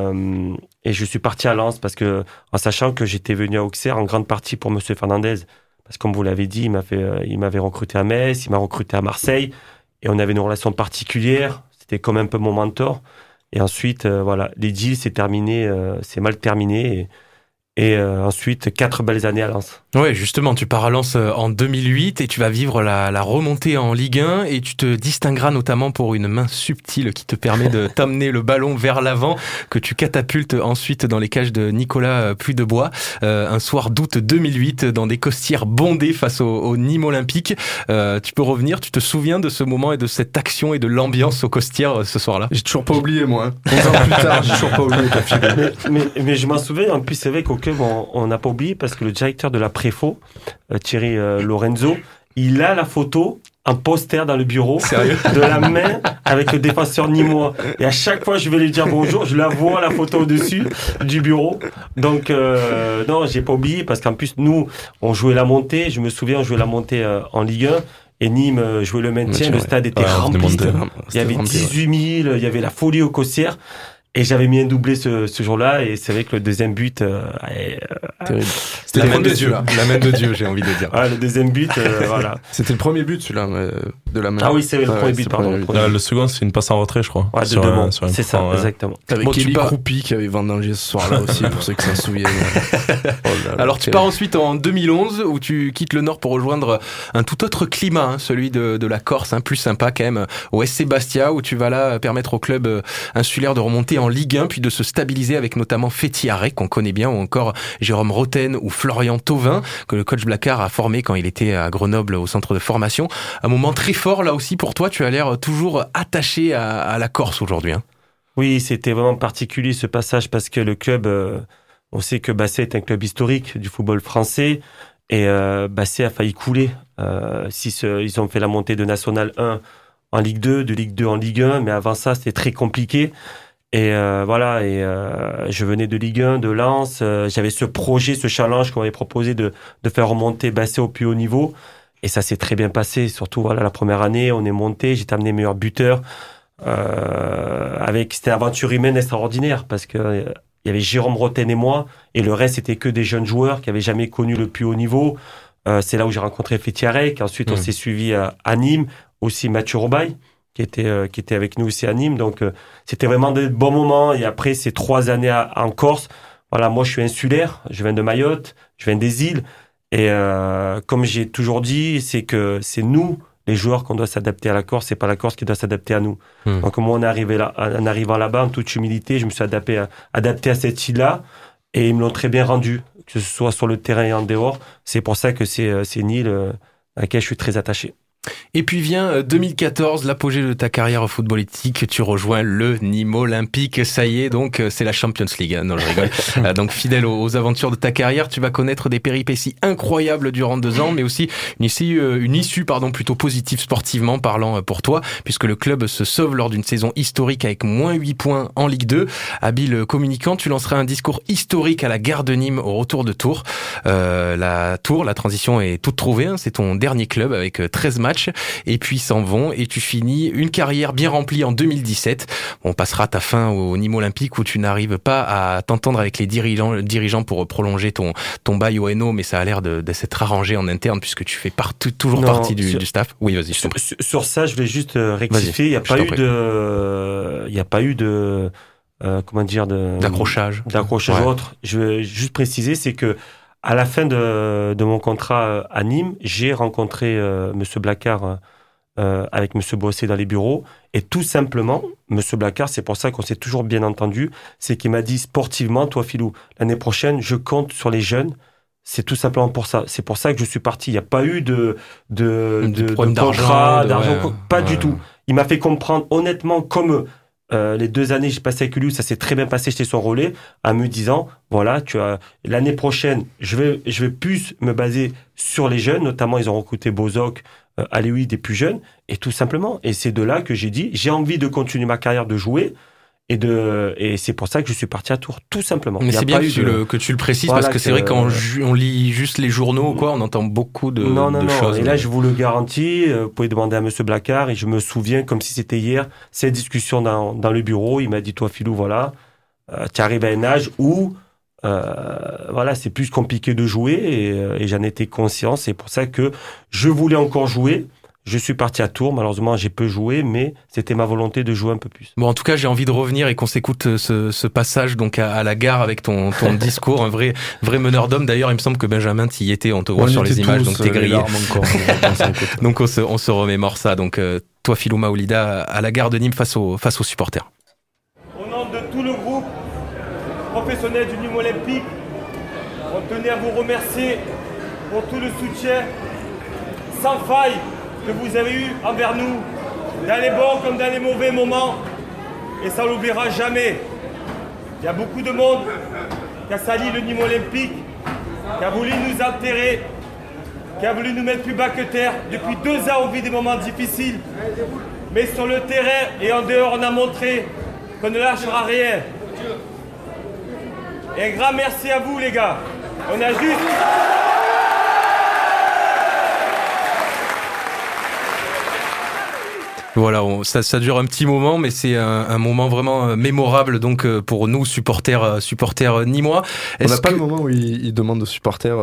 et je suis parti à Lens parce que en sachant que j'étais venu à Auxerre en grande partie pour Monsieur Fernandez parce que comme vous l'avez dit, il m'avait recruté à Metz, il m'a recruté à Marseille et on avait une relation particulière. C'était comme un peu mon mentor. Et ensuite, l'idylle s'est terminée, c'est mal terminé. Et ensuite, 4 belles années à Lens. Ouais, justement, tu pars à Lens en 2008 et tu vas vivre la remontée en Ligue 1 et tu te distingueras notamment pour une main subtile qui te permet de t'amener le ballon vers l'avant que tu catapultes ensuite dans les cages de Nicolas Puydebois un soir d'août 2008 dans des costières bondées face au Nîmes Olympique. Tu peux revenir, tu te souviens de ce moment et de cette action et de l'ambiance aux costières ce soir-là? J'ai toujours pas oublié moi. 11 ans plus tard, j'ai toujours pas oublié ta figure. Mais je m'en souviens, en plus c'est vrai qu'au club on n'a pas oublié parce que le directeur de la Préfo, Thierry Lorenzo, il a la photo, un poster dans le bureau. Sérieux? De la main avec le défenseur nîmois. Et à chaque fois je vais lui dire bonjour, je la vois la photo au-dessus du bureau. Donc non, j'ai pas oublié parce qu'en plus nous, on jouait la montée, je me souviens, on jouait la montée en Ligue 1. Et Nîmes jouait le maintien, le stade était rempli. Il y avait 18 000, il y avait la folie aux costières. Et j'avais mis un doublé ce jour-là, et c'est vrai que le deuxième but, terrible. C'était la main de Dieu. La main de Dieu, j'ai envie de dire. Le deuxième but, voilà. C'était le premier but, celui-là, de la main. Ah oui, c'est le premier but, pardon. Le second, c'est une passe en retrait, je crois. Ouais, de deux mondes. C'est ça, exactement. Avec Kelly Croupi qui avait vendangé ce soir-là aussi, pour ceux qui s'en souviennent. Alors, tu pars ensuite en 2011, où tu quittes le Nord pour rejoindre un tout autre climat, celui de la Corse, plus sympa quand même, au SC Bastia, où tu vas là permettre au club insulaire de remonter en Ligue 1, puis de se stabiliser avec notamment Féti Arrey, qu'on connaît bien, ou encore Jérôme Roten ou Florian Thauvin, que le coach Blacard a formé quand il était à Grenoble au centre de formation. Un moment très fort là aussi pour toi, tu as l'air toujours attaché à la Corse aujourd'hui. Oui, c'était vraiment particulier ce passage parce que le club, on sait que Basset est un club historique du football français et Basset a failli couler. Ils ont fait la montée de National 1 en Ligue 2, de Ligue 2 en Ligue 1, mais avant ça c'était très compliqué. Et je venais de Ligue 1, de Lens, j'avais ce projet, ce challenge qu'on m'avait proposé de faire remonter Basset au plus haut niveau, et ça s'est très bien passé, surtout la première année, on est monté, j'ai amené meilleur buteur, c'était une aventure humaine extraordinaire, parce que il y avait Jérôme Roten et moi, et le reste c'était que des jeunes joueurs qui avaient jamais connu le plus haut niveau. C'est là où j'ai rencontré Féti Arrey, ensuite on s'est suivi à Nîmes, aussi Mathieu Robaille, qui était avec nous aussi à Nîmes. Donc, c'était vraiment des bons moments. Et après, ces 3 années en Corse, moi, je suis insulaire. Je viens de Mayotte. Je viens des îles. Et comme j'ai toujours dit, c'est que c'est nous, les joueurs, qu'on doit s'adapter à la Corse. C'est pas la Corse qui doit s'adapter à nous. Donc, moi, en arrivant là-bas, en toute humilité, je me suis adapté à cette île-là. Et ils me l'ont très bien rendu, que ce soit sur le terrain et en dehors. C'est pour ça que c'est une île à laquelle je suis très attaché. Et puis vient 2014, l'apogée de ta carrière footballistique, tu rejoins le Nîmes Olympique, ça y est, donc c'est la Champions League, non je rigole. Donc fidèle aux aventures de ta carrière, tu vas connaître des péripéties incroyables durant 2 ans, mais aussi une issue plutôt positive sportivement parlant pour toi, puisque le club se sauve lors d'une saison historique avec moins 8 points en Ligue 2. Habile communicant, tu lanceras un discours historique à la gare de Nîmes au retour de Tours. La transition est toute trouvée, hein, c'est ton dernier club avec 13 matchs. Et puis s'en vont et tu finis une carrière bien remplie en 2017. On passera ta fin au Nîmes Olympique où tu n'arrives pas à t'entendre avec les dirigeants pour prolonger ton bail au Hainaut, mais ça a l'air de s'être arrangé en interne puisque tu fais toujours partie du staff. Oui, vas-y, je t'en prie. Sur ça, je voulais juste rectifier. Il n'y a pas eu de d'accrochage ou autre. Je veux juste préciser, c'est que à la fin de mon contrat à Nîmes, j'ai rencontré Monsieur Blacard avec Monsieur Bossé dans les bureaux. Et tout simplement, Monsieur Blacard, c'est pour ça qu'on s'est toujours bien entendu, c'est qu'il m'a dit sportivement, toi Philou, l'année prochaine, je compte sur les jeunes. C'est tout simplement pour ça. C'est pour ça que je suis parti. Il n'y a pas eu de contrat, d'argent, pas du tout. Il m'a fait comprendre honnêtement comme les 2 années que j'ai passé avec lui, ça s'est très bien passé, j'étais son relais, en me disant, voilà, l'année prochaine, je vais plus me baser sur les jeunes, notamment ils ont recruté Bozok, Alioui, des plus jeunes, et tout simplement. Et c'est de là que j'ai dit, j'ai envie de continuer ma carrière de jouer, et c'est pour ça que je suis parti à Tours, tout simplement. Mais c'est bien que tu le précises, voilà, parce que c'est vrai quand on lit juste les journaux, on entend beaucoup de choses. Et là, je vous le garantis, vous pouvez demander à Monsieur Blacard, et je me souviens, comme si c'était hier, cette discussion dans le bureau, il m'a dit, toi, Philou, voilà, tu arrives à un âge où, c'est plus compliqué de jouer, et j'en étais conscient, c'est pour ça que je voulais encore jouer. Je suis parti à Tours, malheureusement j'ai peu joué, mais c'était ma volonté de jouer un peu plus. Bon, en tout cas, j'ai envie de revenir et qu'on s'écoute ce passage donc à la gare avec ton discours, un vrai meneur d'homme. D'ailleurs, il me semble que Benjamin, t'y étais, on te voit sur les images, donc t'es grillé. Donc on se remémore ça. Donc toi, Philou Maolida, à la gare de Nîmes face aux supporters. Au nom de tout le groupe professionnel du Nîmes Olympique, on tenait à vous remercier pour tout le soutien sans faille que vous avez eu envers nous, dans les bons comme dans les mauvais moments, et ça ne l'oubliera jamais. Il y a beaucoup de monde qui a sali le Nîmes Olympique, qui a voulu nous enterrer, qui a voulu nous mettre plus bas que terre. Depuis 2 ans, on vit des moments difficiles, mais sur le terrain et en dehors, on a montré qu'on ne lâchera rien. Et un grand merci à vous, les gars. On a juste... Voilà, ça dure un petit moment, mais c'est un moment vraiment mémorable donc pour nous supporters nîmois. On n'a pas le moment où il demande aux supporters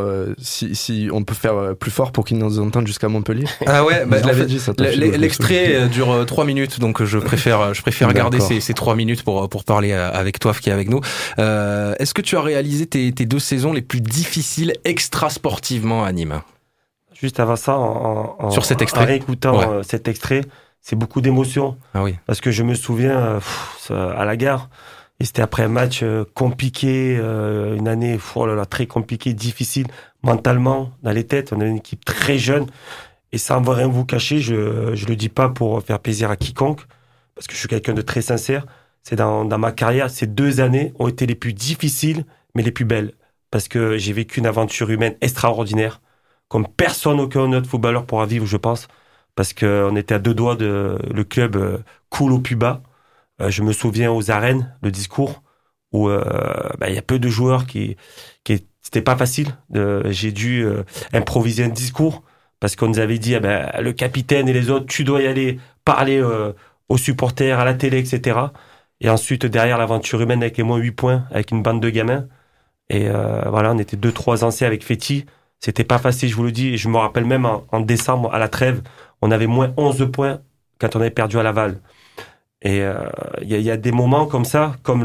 si on peut faire plus fort pour qu'ils nous entendent jusqu'à Montpellier. Ah ouais, je l'avais dit ça. L'extrait dure 3 minutes, donc je préfère garder ces 3 minutes pour parler avec toi qui est avec nous. Est-ce que tu as réalisé tes 2 saisons les plus difficiles extra-sportivement à Nîmes? Juste avant ça, sur cet extrait, en réécoutant cet extrait, c'est beaucoup d'émotions. Ah oui. Parce que je me souviens à la gare, et c'était après un match compliqué, une année très compliquée, difficile, mentalement, dans les têtes. On avait une équipe très jeune, et sans rien vous cacher, je le dis pas pour faire plaisir à quiconque, parce que je suis quelqu'un de très sincère. C'est dans ma carrière, ces 2 années ont été les plus difficiles, mais les plus belles. Parce que j'ai vécu une aventure humaine extraordinaire, comme personne, aucun autre footballeur pourra vivre, je pense. Parce qu'on était à 2 doigts le club coule au plus bas. Je me souviens aux arènes, le discours, où il y a peu de joueurs c'était pas facile. J'ai dû improviser un discours, parce qu'on nous avait dit, le capitaine et les autres, tu dois y aller parler aux supporters, à la télé, etc. Et ensuite, derrière, l'aventure humaine avec les moins 8 points, avec une bande de gamins. Et on était 2-3 anciens avec Féti. C'était pas facile, je vous le dis. Et je me rappelle même en décembre, à la trêve, on avait moins 11 points quand on avait perdu à Laval. Et il y a des moments comme ça, comme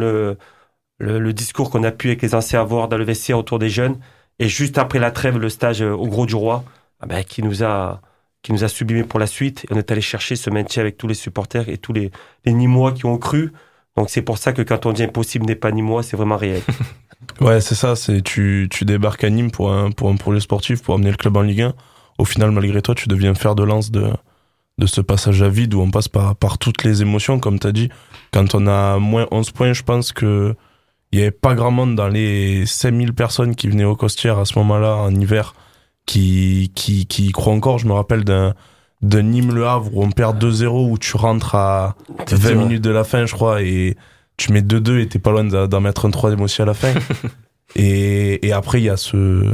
le discours qu'on a pu avec les anciens avoir dans le vestiaire autour des jeunes. Et juste après la trêve, le stage au Gros du Roi, qui nous a sublimé pour la suite. Et on est allé chercher ce maintien avec tous les supporters et tous les Nîmois qui ont cru. Donc c'est pour ça que quand on dit impossible n'est pas Nîmois, c'est vraiment réel. Ouais, c'est ça. Tu débarques à Nîmes pour un projet sportif, pour amener le club en Ligue 1. au final, malgré toi, tu deviens fer de lance de ce passage à vide où on passe par toutes les émotions, comme tu as dit. Quand on a moins 11 points, je pense que il y avait pas grand monde dans les 5000 personnes qui venaient au Costières à ce moment-là, en hiver, qui y croient encore. Je me rappelle d'un Nîmes-Le Havre où on perd 2-0, où tu rentres à 20 minutes de la fin, je crois, et tu mets 2-2 et t'es pas loin d'en mettre un troisième aussi à la fin. et après, il y a ce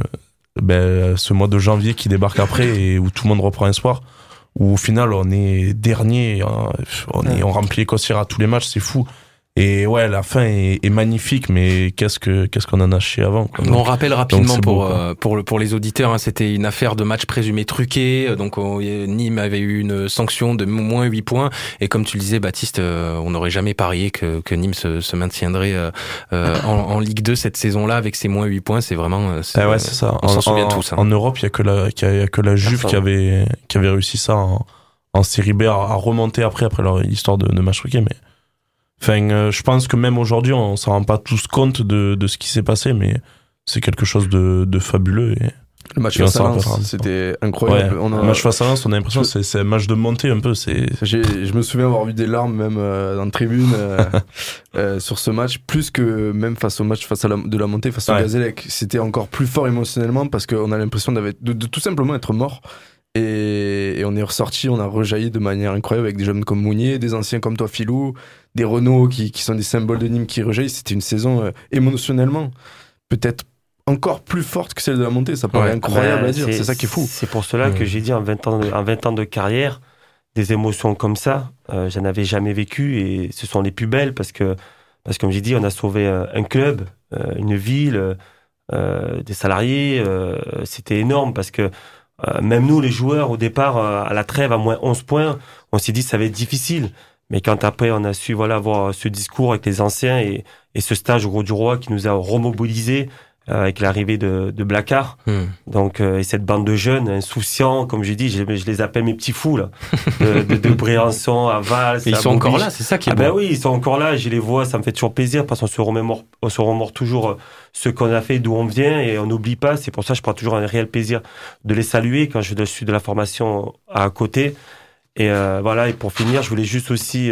mois de janvier qui débarque après et où tout le monde reprend espoir. Où au final, on est dernier, on remplit les Costières à tous les matchs, c'est fou. Et ouais, la fin est magnifique, mais qu'est-ce qu'on en a chié avant, quoi. On rappelle rapidement pour les auditeurs, hein, c'était une affaire de match présumé truqué. Donc Nîmes avait eu une sanction de moins 8 points. Et comme tu le disais, Baptiste, on n'aurait jamais parié que Nîmes se maintiendrait en Ligue 2 cette saison-là avec ces moins 8 points. C'est vraiment... c'est ça. On s'en souvient tous. Hein. En Europe, il y a que la Juve qui avait réussi ça en Série B à remonter après leur histoire de match truqué, mais... Enfin, je pense que même aujourd'hui, on s'en rend pas tous compte de ce qui s'est passé, mais c'est quelque chose de fabuleux. Et le match face à Lens, c'était incroyable. Ouais, le match face à Lens, on a l'impression que c'est un match de montée un peu. Je me souviens avoir vu des larmes même dans la tribune sur ce match, plus que même face au match de la montée face au Gazélec. C'était encore plus fort émotionnellement parce qu'on a l'impression de tout simplement être mort. Et on est ressorti, on a rejailli de manière incroyable avec des jeunes comme Mounier, des anciens comme toi Philou, des Renault qui sont des symboles de Nîmes qui rejaillissent. C'était une saison émotionnellement peut-être encore plus forte que celle de la montée. Ça paraît incroyable à dire, c'est ça qui est fou. C'est pour cela que j'ai dit en 20 ans de carrière, des émotions comme ça, j'en avais jamais vécu et ce sont les plus belles parce que comme j'ai dit, on a sauvé un club, une ville, des salariés. C'était énorme parce que même nous, les joueurs, au départ, à la trêve, à moins 11 points, on s'est dit que ça va être difficile. Mais quand après, on a su avoir ce discours avec les anciens et ce stage au Gros du Roi qui nous a remobilisés avec l'arrivée de Blacard. Donc, et cette bande de jeunes insouciants, comme je dis, je les appelle mes petits fous, là. De Briançon à Valls. Ils sont encore là, c'est ça qui est beau. Ben oui, ils sont encore là, je les vois, ça me fait toujours plaisir parce qu'on se remémore toujours ce qu'on a fait, d'où on vient et on n'oublie pas. C'est pour ça que je prends toujours un réel plaisir de les saluer quand je suis de la formation à côté. Et voilà, et pour finir, je voulais juste aussi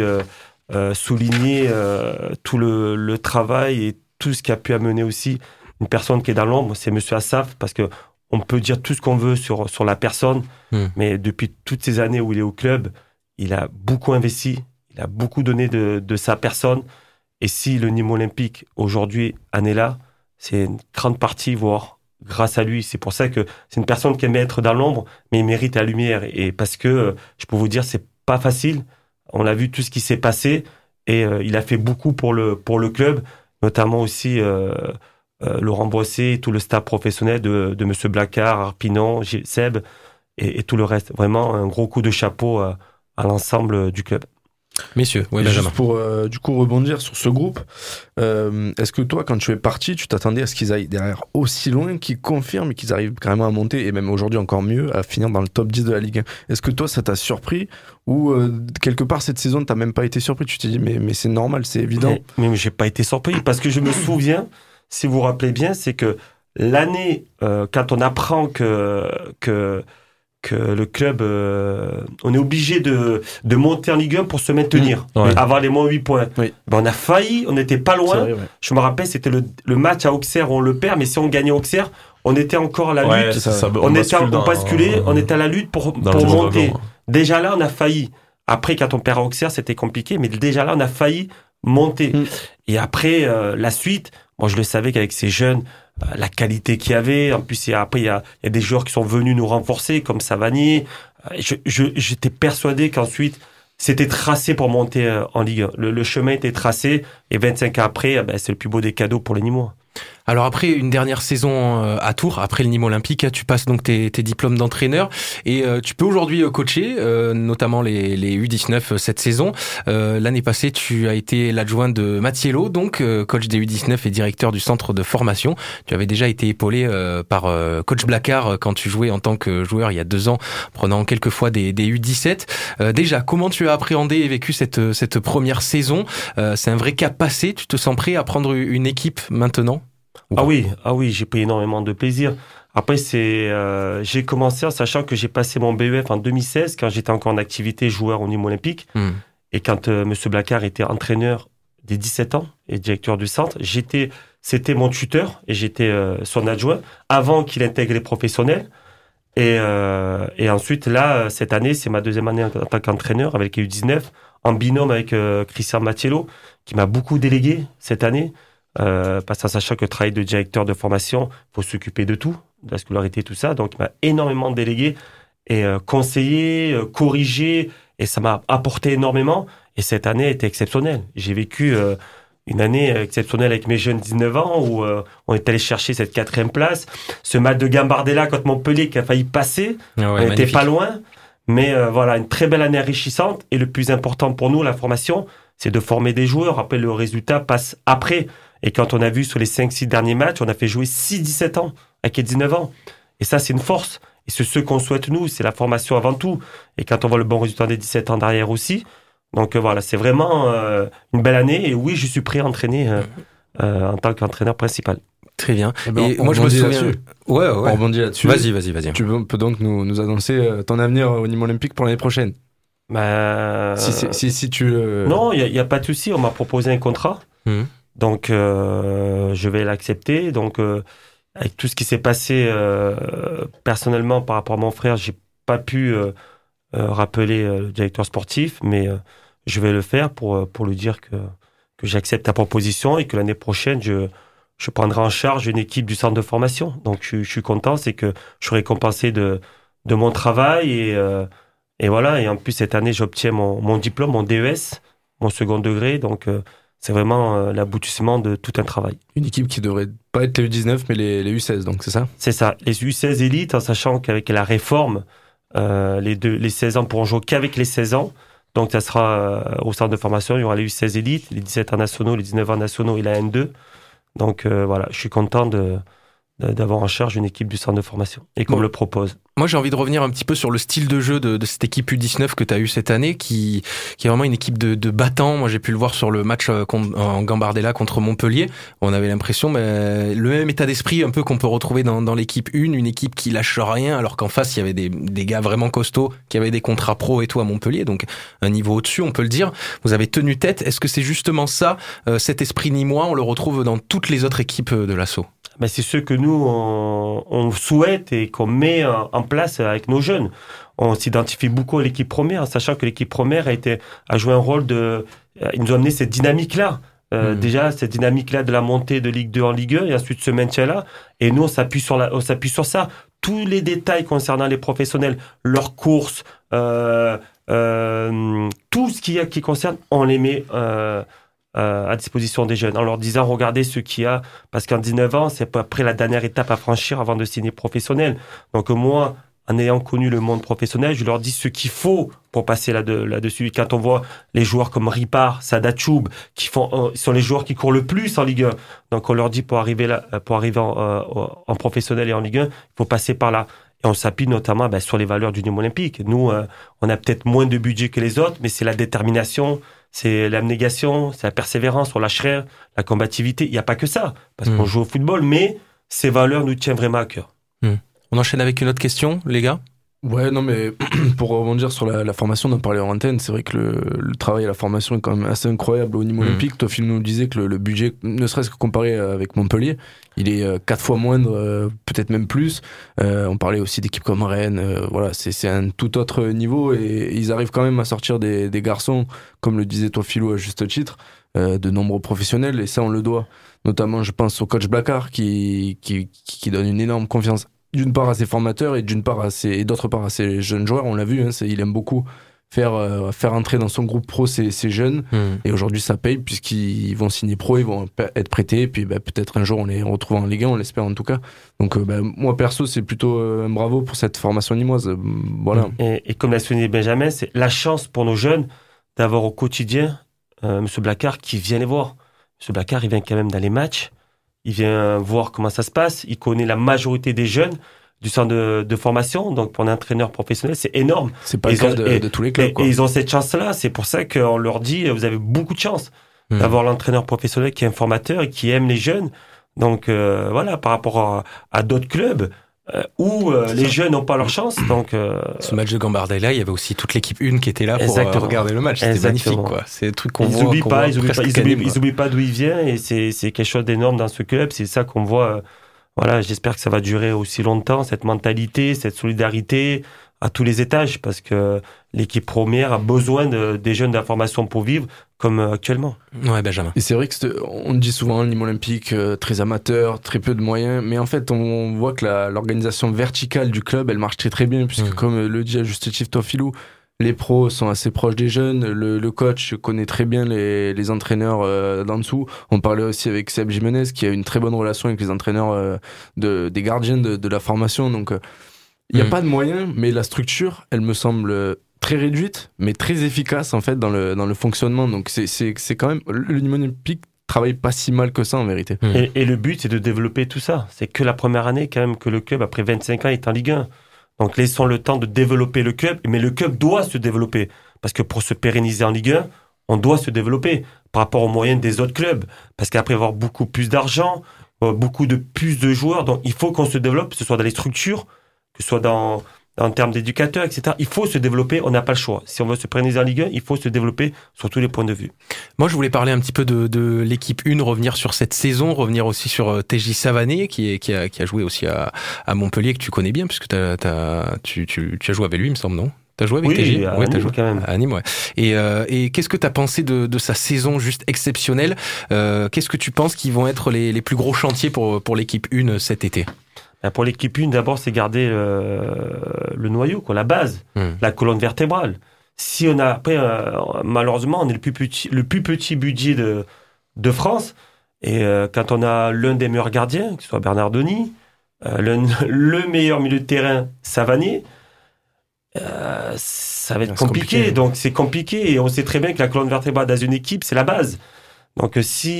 souligner tout le travail et tout ce qui a pu amener aussi une personne qui est dans l'ombre, c'est Monsieur Assaf, parce que on peut dire tout ce qu'on veut sur la personne, mais depuis toutes ces années où il est au club, il a beaucoup investi, il a beaucoup donné de sa personne. Et si le Nîmes Olympique aujourd'hui en est là, c'est une grande partie, voire grâce à lui. C'est pour ça que c'est une personne qui aime être dans l'ombre, mais il mérite la lumière. Et parce que je peux vous dire, c'est pas facile. On a vu tout ce qui s'est passé et il a fait beaucoup pour le club, notamment aussi Laurent Boissé, tout le staff professionnel de Monsieur Blacard, Arpinon, Seb et tout le reste. Vraiment un gros coup de chapeau à l'ensemble du club. Messieurs, oui, juste pour du coup rebondir sur ce groupe, est-ce que toi, quand tu es parti, tu t'attendais à ce qu'ils aillent derrière aussi loin, qu'ils confirment et qu'ils arrivent carrément à monter, et même aujourd'hui encore mieux, à finir dans le top 10 de la Ligue 1? Est-ce que toi, ça t'a surpris, ou quelque part cette saison, t'as même pas été surpris? Tu t'es dit, mais c'est normal, c'est évident. Mais j'ai pas été surpris, parce que je me souviens, si vous vous rappelez bien, c'est que l'année, quand on apprend que le club, on est obligé de monter en Ligue 1 pour se maintenir, avoir les moins 8 points. Oui. Ben on a failli, on n'était pas loin. Vrai, ouais. Je me rappelle, c'était le match à Auxerre où on le perd, mais si on gagnait Auxerre, on était encore à la lutte. On basculait, on était à la lutte pour monter. Déjà là, on a failli. Après, quand on perd à Auxerre, c'était compliqué, mais déjà là, on a failli monter. Et après, la suite, moi, je le savais qu'avec ces jeunes, la qualité qu'il y avait. En plus, après, il y a des joueurs qui sont venus nous renforcer, comme Savanier. J'étais persuadé qu'ensuite, c'était tracé pour monter en Ligue 1. Le chemin était tracé. Et 25 ans après, c'est le plus beau des cadeaux pour les Nîmois. Alors après une dernière saison à Tours, après le Nîmes Olympique, tu passes donc tes diplômes d'entraîneur et tu peux aujourd'hui coacher, notamment les U19 cette saison. L'année passée, tu as été l'adjoint de Mathiello, donc coach des U19 et directeur du centre de formation. Tu avais déjà été épaulé par coach Blacard quand tu jouais en tant que joueur il y a 2 ans, prenant quelques fois des U17. Déjà, comment tu as appréhendé et vécu cette première saison? C'est un vrai cap passé. Tu te sens prêt à prendre une équipe maintenant? Ah oui, j'ai pris énormément de plaisir. Après, j'ai commencé en sachant que j'ai passé mon BEF en 2016, quand j'étais encore en activité joueur au Nîmes Olympique. Et quand M. Blacard était entraîneur des 17 ans et directeur du centre, c'était mon tuteur et j'étais son adjoint avant qu'il intègre les professionnels. Et ensuite, là, cette année, c'est ma deuxième année en tant qu'entraîneur avec les U19, en binôme avec Christian Mattiello, qui m'a beaucoup délégué cette année, parce qu'en sachant que le travail de directeur de formation, il faut s'occuper de tout, de la scolarité, tout ça. Donc, il m'a énormément délégué et conseillé, corrigé, et ça m'a apporté énormément. Et cette année a été exceptionnelle. J'ai vécu une année exceptionnelle avec mes jeunes 19 ans où on est allé chercher cette 4e place. Ce match de Gambardella contre Montpellier qui a failli passer, on n'était pas loin. Mais voilà, une très belle année enrichissante. Et le plus important pour nous, la formation, c'est de former des joueurs. Après, le résultat passe après. Et quand on a vu sur les 5-6 derniers matchs, on a fait jouer 6-17 ans avec les 19 ans. Et ça, c'est une force. Et c'est ce qu'on souhaite nous, c'est la formation avant tout. Et quand on voit le bon résultat des 17 ans derrière aussi. Donc voilà, c'est vraiment une belle année. Et oui, je suis prêt à entraîner en tant qu'entraîneur principal. Très bien. Et moi, je me souviens. Ouais. On rebondit là-dessus. Vas-y. Tu peux donc nous annoncer ton avenir au Nîmes Olympique pour l'année prochaine? Si tu. Non, il y a pas de souci. On m'a proposé un contrat, donc je vais l'accepter. Donc avec tout ce qui s'est passé personnellement par rapport à mon frère, j'ai pas pu rappeler le directeur sportif, mais je vais le faire pour lui dire que j'accepte ta proposition et que l'année prochaine je prendrai en charge une équipe du centre de formation. Donc je suis content, c'est que je suis récompensé de mon travail et voilà. Et en plus cette année j'obtiens mon diplôme, mon DES, mon second degré. Donc c'est vraiment l'aboutissement de tout un travail. Une équipe qui devrait pas être les U19 mais les U16, donc c'est ça? C'est ça, les U16 élites, en sachant qu'avec la réforme, les 16 ans pourront jouer qu'avec les 16 ans. Donc ça sera au centre de formation, il y aura les U16 élites, les 17 ans nationaux, les 19 ans nationaux et la N2. Donc voilà, je suis content d'avoir en charge une équipe du centre de formation et qu'on me le propose. Moi, j'ai envie de revenir un petit peu sur le style de jeu de cette équipe U19 que tu as eu cette année, qui est vraiment une équipe de battants. Moi, j'ai pu le voir sur le match en Gambardella contre Montpellier. On avait l'impression, le même état d'esprit un peu qu'on peut retrouver dans l'équipe 1, une équipe qui lâche rien, alors qu'en face, il y avait des gars vraiment costauds qui avaient des contrats pro et tout à Montpellier, donc un niveau au-dessus, on peut le dire. Vous avez tenu tête. Est-ce que c'est justement ça, cet esprit nîmois, on le retrouve dans toutes les autres équipes de l'assaut? C'est ce que nous, on souhaite et qu'on met en place avec nos jeunes. On s'identifie beaucoup à l'équipe première, sachant que l'équipe première a joué un rôle ils nous ont amené cette dynamique-là. Déjà, cette dynamique-là de la montée de Ligue 2 en Ligue 1 et ensuite ce maintien-là. Et nous, on s'appuie sur ça. Tous les détails concernant les professionnels, leurs courses, tout ce qui concerne, on les met à disposition des jeunes, en leur disant regardez ce qu'il y a, parce qu'en 19 ans, c'est après la dernière étape à franchir avant de signer professionnel. Donc moi, en ayant connu le monde professionnel, je leur dis ce qu'il faut pour passer là-dessus. Et quand on voit les joueurs comme Ripard, Sadachoub, qui sont les joueurs qui courent le plus en Ligue 1, donc on leur dit pour arriver en professionnel et en Ligue 1, il faut passer par là. Et on s'appuie notamment sur les valeurs du Nîmes Olympique. Nous, on a peut-être moins de budget que les autres, mais c'est la détermination, c'est l'abnégation, c'est la persévérance, on lâche rien, la combativité. Il n'y a pas que ça, parce qu'on joue au football, mais ces valeurs nous tiennent vraiment à cœur. On enchaîne avec une autre question, les gars? Ouais, non, mais pour rebondir sur la formation, on en parlait en antenne, c'est vrai que le travail à la formation est quand même assez incroyable au Nîmes Olympique. Toi, Phil nous disait que le budget, ne serait-ce que comparé avec Montpellier, il est 4 fois moindre, peut-être même plus. On parlait aussi d'équipes comme Rennes, voilà, c'est un tout autre niveau et ils arrivent quand même à sortir des garçons, comme le disait toi Philou à juste titre, de nombreux professionnels, et ça on le doit. Notamment, je pense au coach Blacard qui donne une énorme confiance d'une part à ses formateurs et d'autre part à ses jeunes joueurs. On l'a vu, il aime beaucoup faire entrer dans son groupe pro ces jeunes, et aujourd'hui ça paye puisqu'ils vont signer pro, ils vont être prêtés, et puis peut-être un jour on les retrouve en Ligue 1, on l'espère en tout cas. Donc moi perso, c'est plutôt un bravo pour cette formation nîmoise. Voilà. Et comme l'a souligné Benjamin, c'est la chance pour nos jeunes d'avoir au quotidien Monsieur Blacard qui vient les voir. Monsieur Blacard, il vient quand même dans les matchs, il vient voir comment ça se passe, il connaît la majorité des jeunes du centre de formation, donc pour un entraîneur professionnel, c'est énorme. C'est pas le cas de tous les clubs, quoi. Et ils ont cette chance-là, c'est pour ça qu'on leur dit, vous avez beaucoup de chance d'avoir l'entraîneur professionnel qui est un formateur et qui aime les jeunes. Donc voilà, par rapport à d'autres clubs, où les jeunes n'ont pas leur chance. Donc, ce match de Gambardella, il y avait aussi toute l'équipe 1 qui était là pour regarder le match. C'était magnifique, quoi. C'est des trucs qu'on voit. Ils n'oublient pas d'où il vient, et c'est quelque chose d'énorme dans ce club. C'est ça qu'on voit. Voilà, j'espère que ça va durer aussi longtemps, cette mentalité, cette solidarité à tous les étages, parce que l'équipe première a besoin des jeunes d'information pour vivre, comme actuellement. Ouais, Benjamin. Et c'est vrai que on dit souvent le Nîmes Olympique très amateur, très peu de moyens, mais en fait on voit que l'organisation verticale du club, elle marche très très bien, puisque comme le dit à juste titre Toafilou, les pros sont assez proches des jeunes, le coach connaît très bien les entraîneurs d'en dessous. On parlait aussi avec Seb Jimenez qui a une très bonne relation avec les entraîneurs des gardiens de la formation, donc il n'y a pas de moyens, mais la structure, elle me semble très réduite, mais très efficace en fait dans le fonctionnement. Donc c'est quand même, le Nîmes Olympique travaille pas si mal que ça en vérité. Et le but, c'est de développer tout ça. C'est que la première année quand même que le club, après 25 ans, est en Ligue 1. Donc laissons le temps de développer le club, mais le club doit se développer. Parce que pour se pérenniser en Ligue 1, on doit se développer par rapport aux moyens des autres clubs. Parce qu'après avoir beaucoup plus d'argent, plus de joueurs, donc il faut qu'on se développe, que ce soit dans les structures, que ce soit en termes d'éducateurs, etc. Il faut se développer, on n'a pas le choix. Si on veut se pérenniser en Ligue 1, il faut se développer sur tous les points de vue. Moi, je voulais parler un petit peu de l'équipe 1, revenir sur cette saison, revenir aussi sur TJ Savané, qui a joué aussi à Montpellier, que tu connais bien, puisque tu as joué avec lui, il me semble, non? T'as joué avec TJ? Oui, t'as joué quand même. À Nîmes, ouais. Et qu'est-ce que t'as pensé de sa saison juste exceptionnelle? Qu'est-ce que tu penses qui vont être les plus gros chantiers pour l'équipe 1 cet été? Pour l'équipe 1, d'abord, c'est garder le noyau, la base, la colonne vertébrale. Si on a, après, malheureusement, on est le plus petit budget de France. Et quand on a l'un des meilleurs gardiens, que ce soit Bernardoni, le meilleur milieu de terrain, Savané, ça va être compliqué. Donc c'est compliqué. Et on sait très bien que la colonne vertébrale dans une équipe, c'est la base. Donc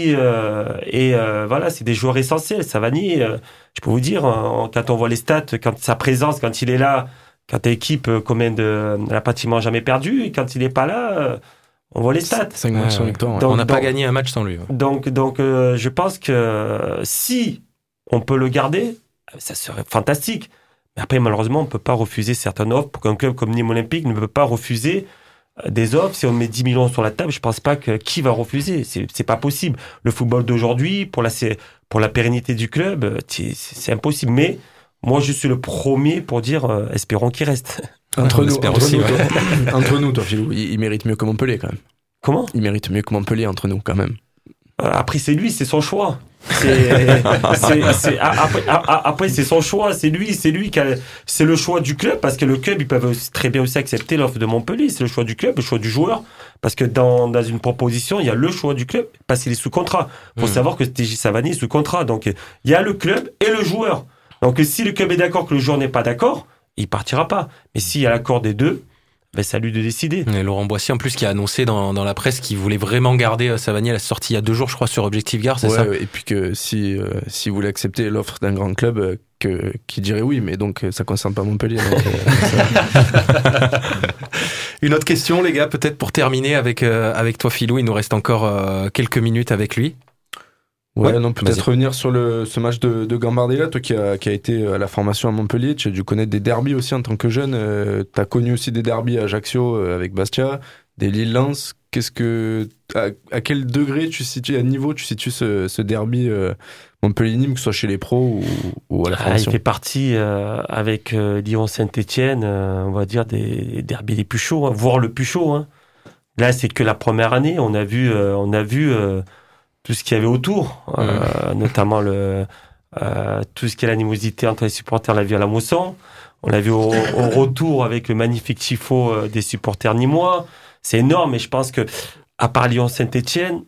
voilà, c'est des joueurs essentiels. Savani, je peux vous dire, quand on voit les stats, quand sa présence, quand il est là, quand l'équipe n'a pratiquement jamais perdu, et quand il n'est pas là, on voit les stats. 5 matchs sans victoire. On n'a pas gagné un match sans lui. Donc je pense que si on peut le garder, ça serait fantastique. Mais après, malheureusement, on ne peut pas refuser certaines offres. Pour qu'un club comme Nîmes Olympique ne peut pas refuser des offres. Si on met 10 millions sur la table, je pense pas qui va refuser. C'est pas possible. Le football d'aujourd'hui, pour la pérennité du club, c'est impossible. Mais moi, je suis le premier pour dire, espérons qu'il reste. Entre nous, toi, Philou, il mérite mieux que Montpellier, quand même. Comment? Il mérite mieux que Montpellier entre nous, quand même. Après, c'est lui, c'est son choix. Après, c'est son choix, c'est lui c'est le choix du club, parce que le club, ils peuvent très bien aussi accepter l'offre de Montpellier. C'est le choix du club, le choix du joueur, parce que dans une proposition, il y a le choix du club, parce qu'il est sous contrat. Il faut savoir que TJ Savané est sous contrat, donc il y a le club et le joueur. Donc si le club est d'accord que le joueur n'est pas d'accord, il partira pas. Mais s'il y a l'accord des deux, c'est à lui de décider. Et Laurent Boissier, en plus, qui a annoncé dans la presse qu'il voulait vraiment garder Savani à la sortie il y a 2 jours, je crois, sur Objectif Gare, c'est ça? Et puis que si vous voulez accepter l'offre d'un grand club, qui dirait oui, mais donc ça concerne pas Montpellier. Donc, Une autre question, les gars, peut-être pour terminer avec toi, Philou, il nous reste encore quelques minutes avec lui. Peut-être revenir sur ce match de Gambardella, toi qui a été à la formation à Montpellier, tu as dû connaître des derbys aussi en tant que jeune, tu as connu aussi des derbys à Ajaccio avec Bastia, des Lille-Lens. À quel degré tu situes, à niveau tu situes ce derby Montpellier-Nîmes, que ce soit chez les pros ou à la formation? Il fait partie avec Lyon-Saint-Etienne, on va dire des derbys les plus chauds, voire le plus chaud. Là, c'est que la première année, on a vu tout ce qu'il y avait autour, notamment tout ce qui est l'animosité entre les supporters, on l'a vu à la Mosson, on l'a vu au retour avec le magnifique tifo des supporters nîmois. C'est énorme, et je pense que à part Lyon-Saint-Etienne,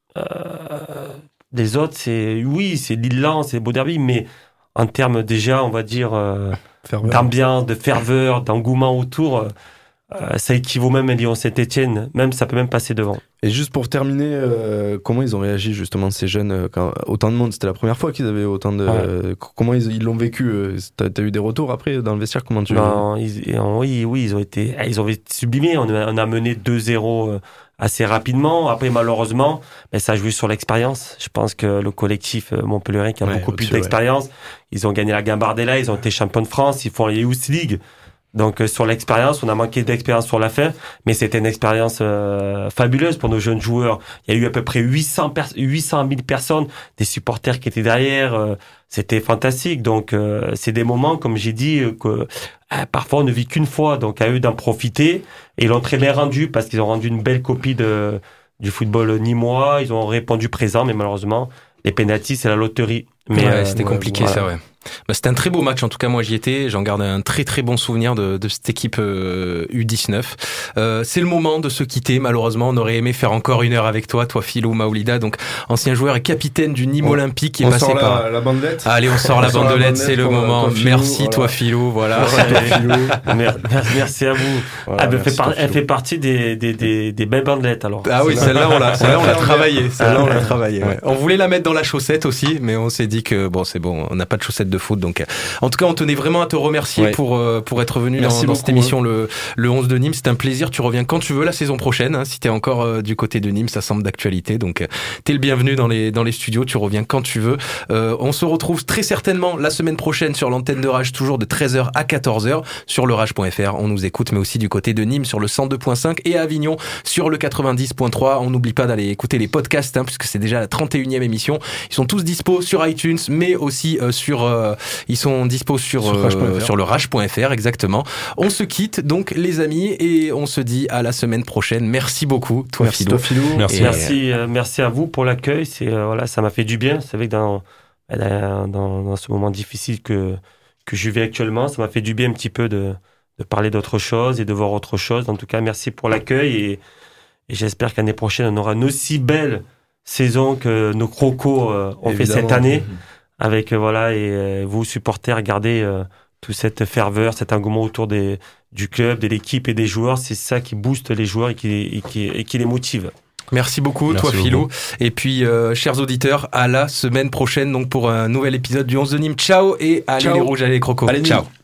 les autres, c'est Lille-Lens, c'est des beaux derbys, mais en termes déjà, on va dire, d'ambiance, de ferveur, d'engouement autour, ça équivaut même à Lyon-Saint-Etienne, même ça peut même passer devant. Et juste pour terminer, comment ils ont réagi justement ces jeunes quand autant de monde? C'était la première fois qu'ils avaient autant de... Comment ils l'ont vécu? T'as eu des retours après dans le vestiaire? Comment tu... Non, oui, ils ont été sublimés. On a mené 2-0 assez rapidement. Après, malheureusement, ça a joué sur l'expérience. Je pense que le collectif montpelliérain qui a beaucoup plus d'expérience, ils ont gagné la Gambardella, ils ont été champions de France, ils font les Youth League. Donc sur l'expérience, on a manqué d'expérience sur la fin, mais c'était une expérience fabuleuse pour nos jeunes joueurs. Il y a eu à peu près 800 000 personnes, des supporters qui étaient derrière. C'était fantastique. Donc c'est des moments, comme j'ai dit, que parfois on ne vit qu'une fois. Donc à eux d'en profiter. Et ils l'ont très bien rendu parce qu'ils ont rendu une belle copie du football nîmois. Ils ont répondu présent, mais malheureusement, les pénaltys, c'est la loterie. Mais c'était compliqué, ça, ouais. C'était un très beau match, en tout cas moi j'y étais, j'en garde un très très bon souvenir de cette équipe U19. C'est le moment de se quitter, malheureusement on aurait aimé faire encore une heure avec toi Philou Maoulida, donc ancien joueur et capitaine du Nîmes Olympique qui est passé par... la bandelette. Allez, on sort la bandelette, c'est le moment. Merci toi Philou, voilà. Merci à vous. Voilà, elle fait partie des belles bandelettes alors. Ah oui, celle-là on l'a travaillé, ouais. On voulait la mettre dans la chaussette aussi, mais on s'est dit que c'est bon, on n'a pas de chaussettes de foot, donc en tout cas on tenait vraiment à te remercier pour être venu dans cette émission le 11 de Nîmes. C'est un plaisir, tu reviens quand tu veux la saison prochaine, si t'es encore du côté de Nîmes, ça semble d'actualité, donc t'es le bienvenu dans les studios, tu reviens quand tu veux. On se retrouve très certainement la semaine prochaine sur l'antenne de Rage, toujours de 13h à 14h sur le rage.fr, on nous écoute, mais aussi du côté de Nîmes sur le 102.5 et à Avignon sur le 90.3. On n'oublie pas d'aller écouter les podcasts, puisque c'est déjà la 31e émission. Ils sont tous dispo sur iTunes, mais aussi ils sont dispo sur le rage.fr, exactement. On se quitte donc les amis et on se dit à la semaine prochaine. Merci beaucoup toi Philou. Merci à vous pour l'accueil. Ça m'a fait du bien. C'est vrai que dans ce moment difficile que je vis actuellement, ça m'a fait du bien un petit peu de parler d'autre chose et de voir autre chose. En tout cas, merci pour l'accueil et j'espère qu'année prochaine on aura une aussi belle saison que nos crocos ont fait cette année. Avec et vous supporters, gardez toute cette ferveur, cet engouement autour du club, de l'équipe et des joueurs. C'est ça qui booste les joueurs et qui les motive. Merci beaucoup, toi Philou. Et puis, chers auditeurs, à la semaine prochaine donc pour un nouvel épisode du 11 de Nîmes. Ciao et allez les rouges, allez les crocos. Allez, ciao.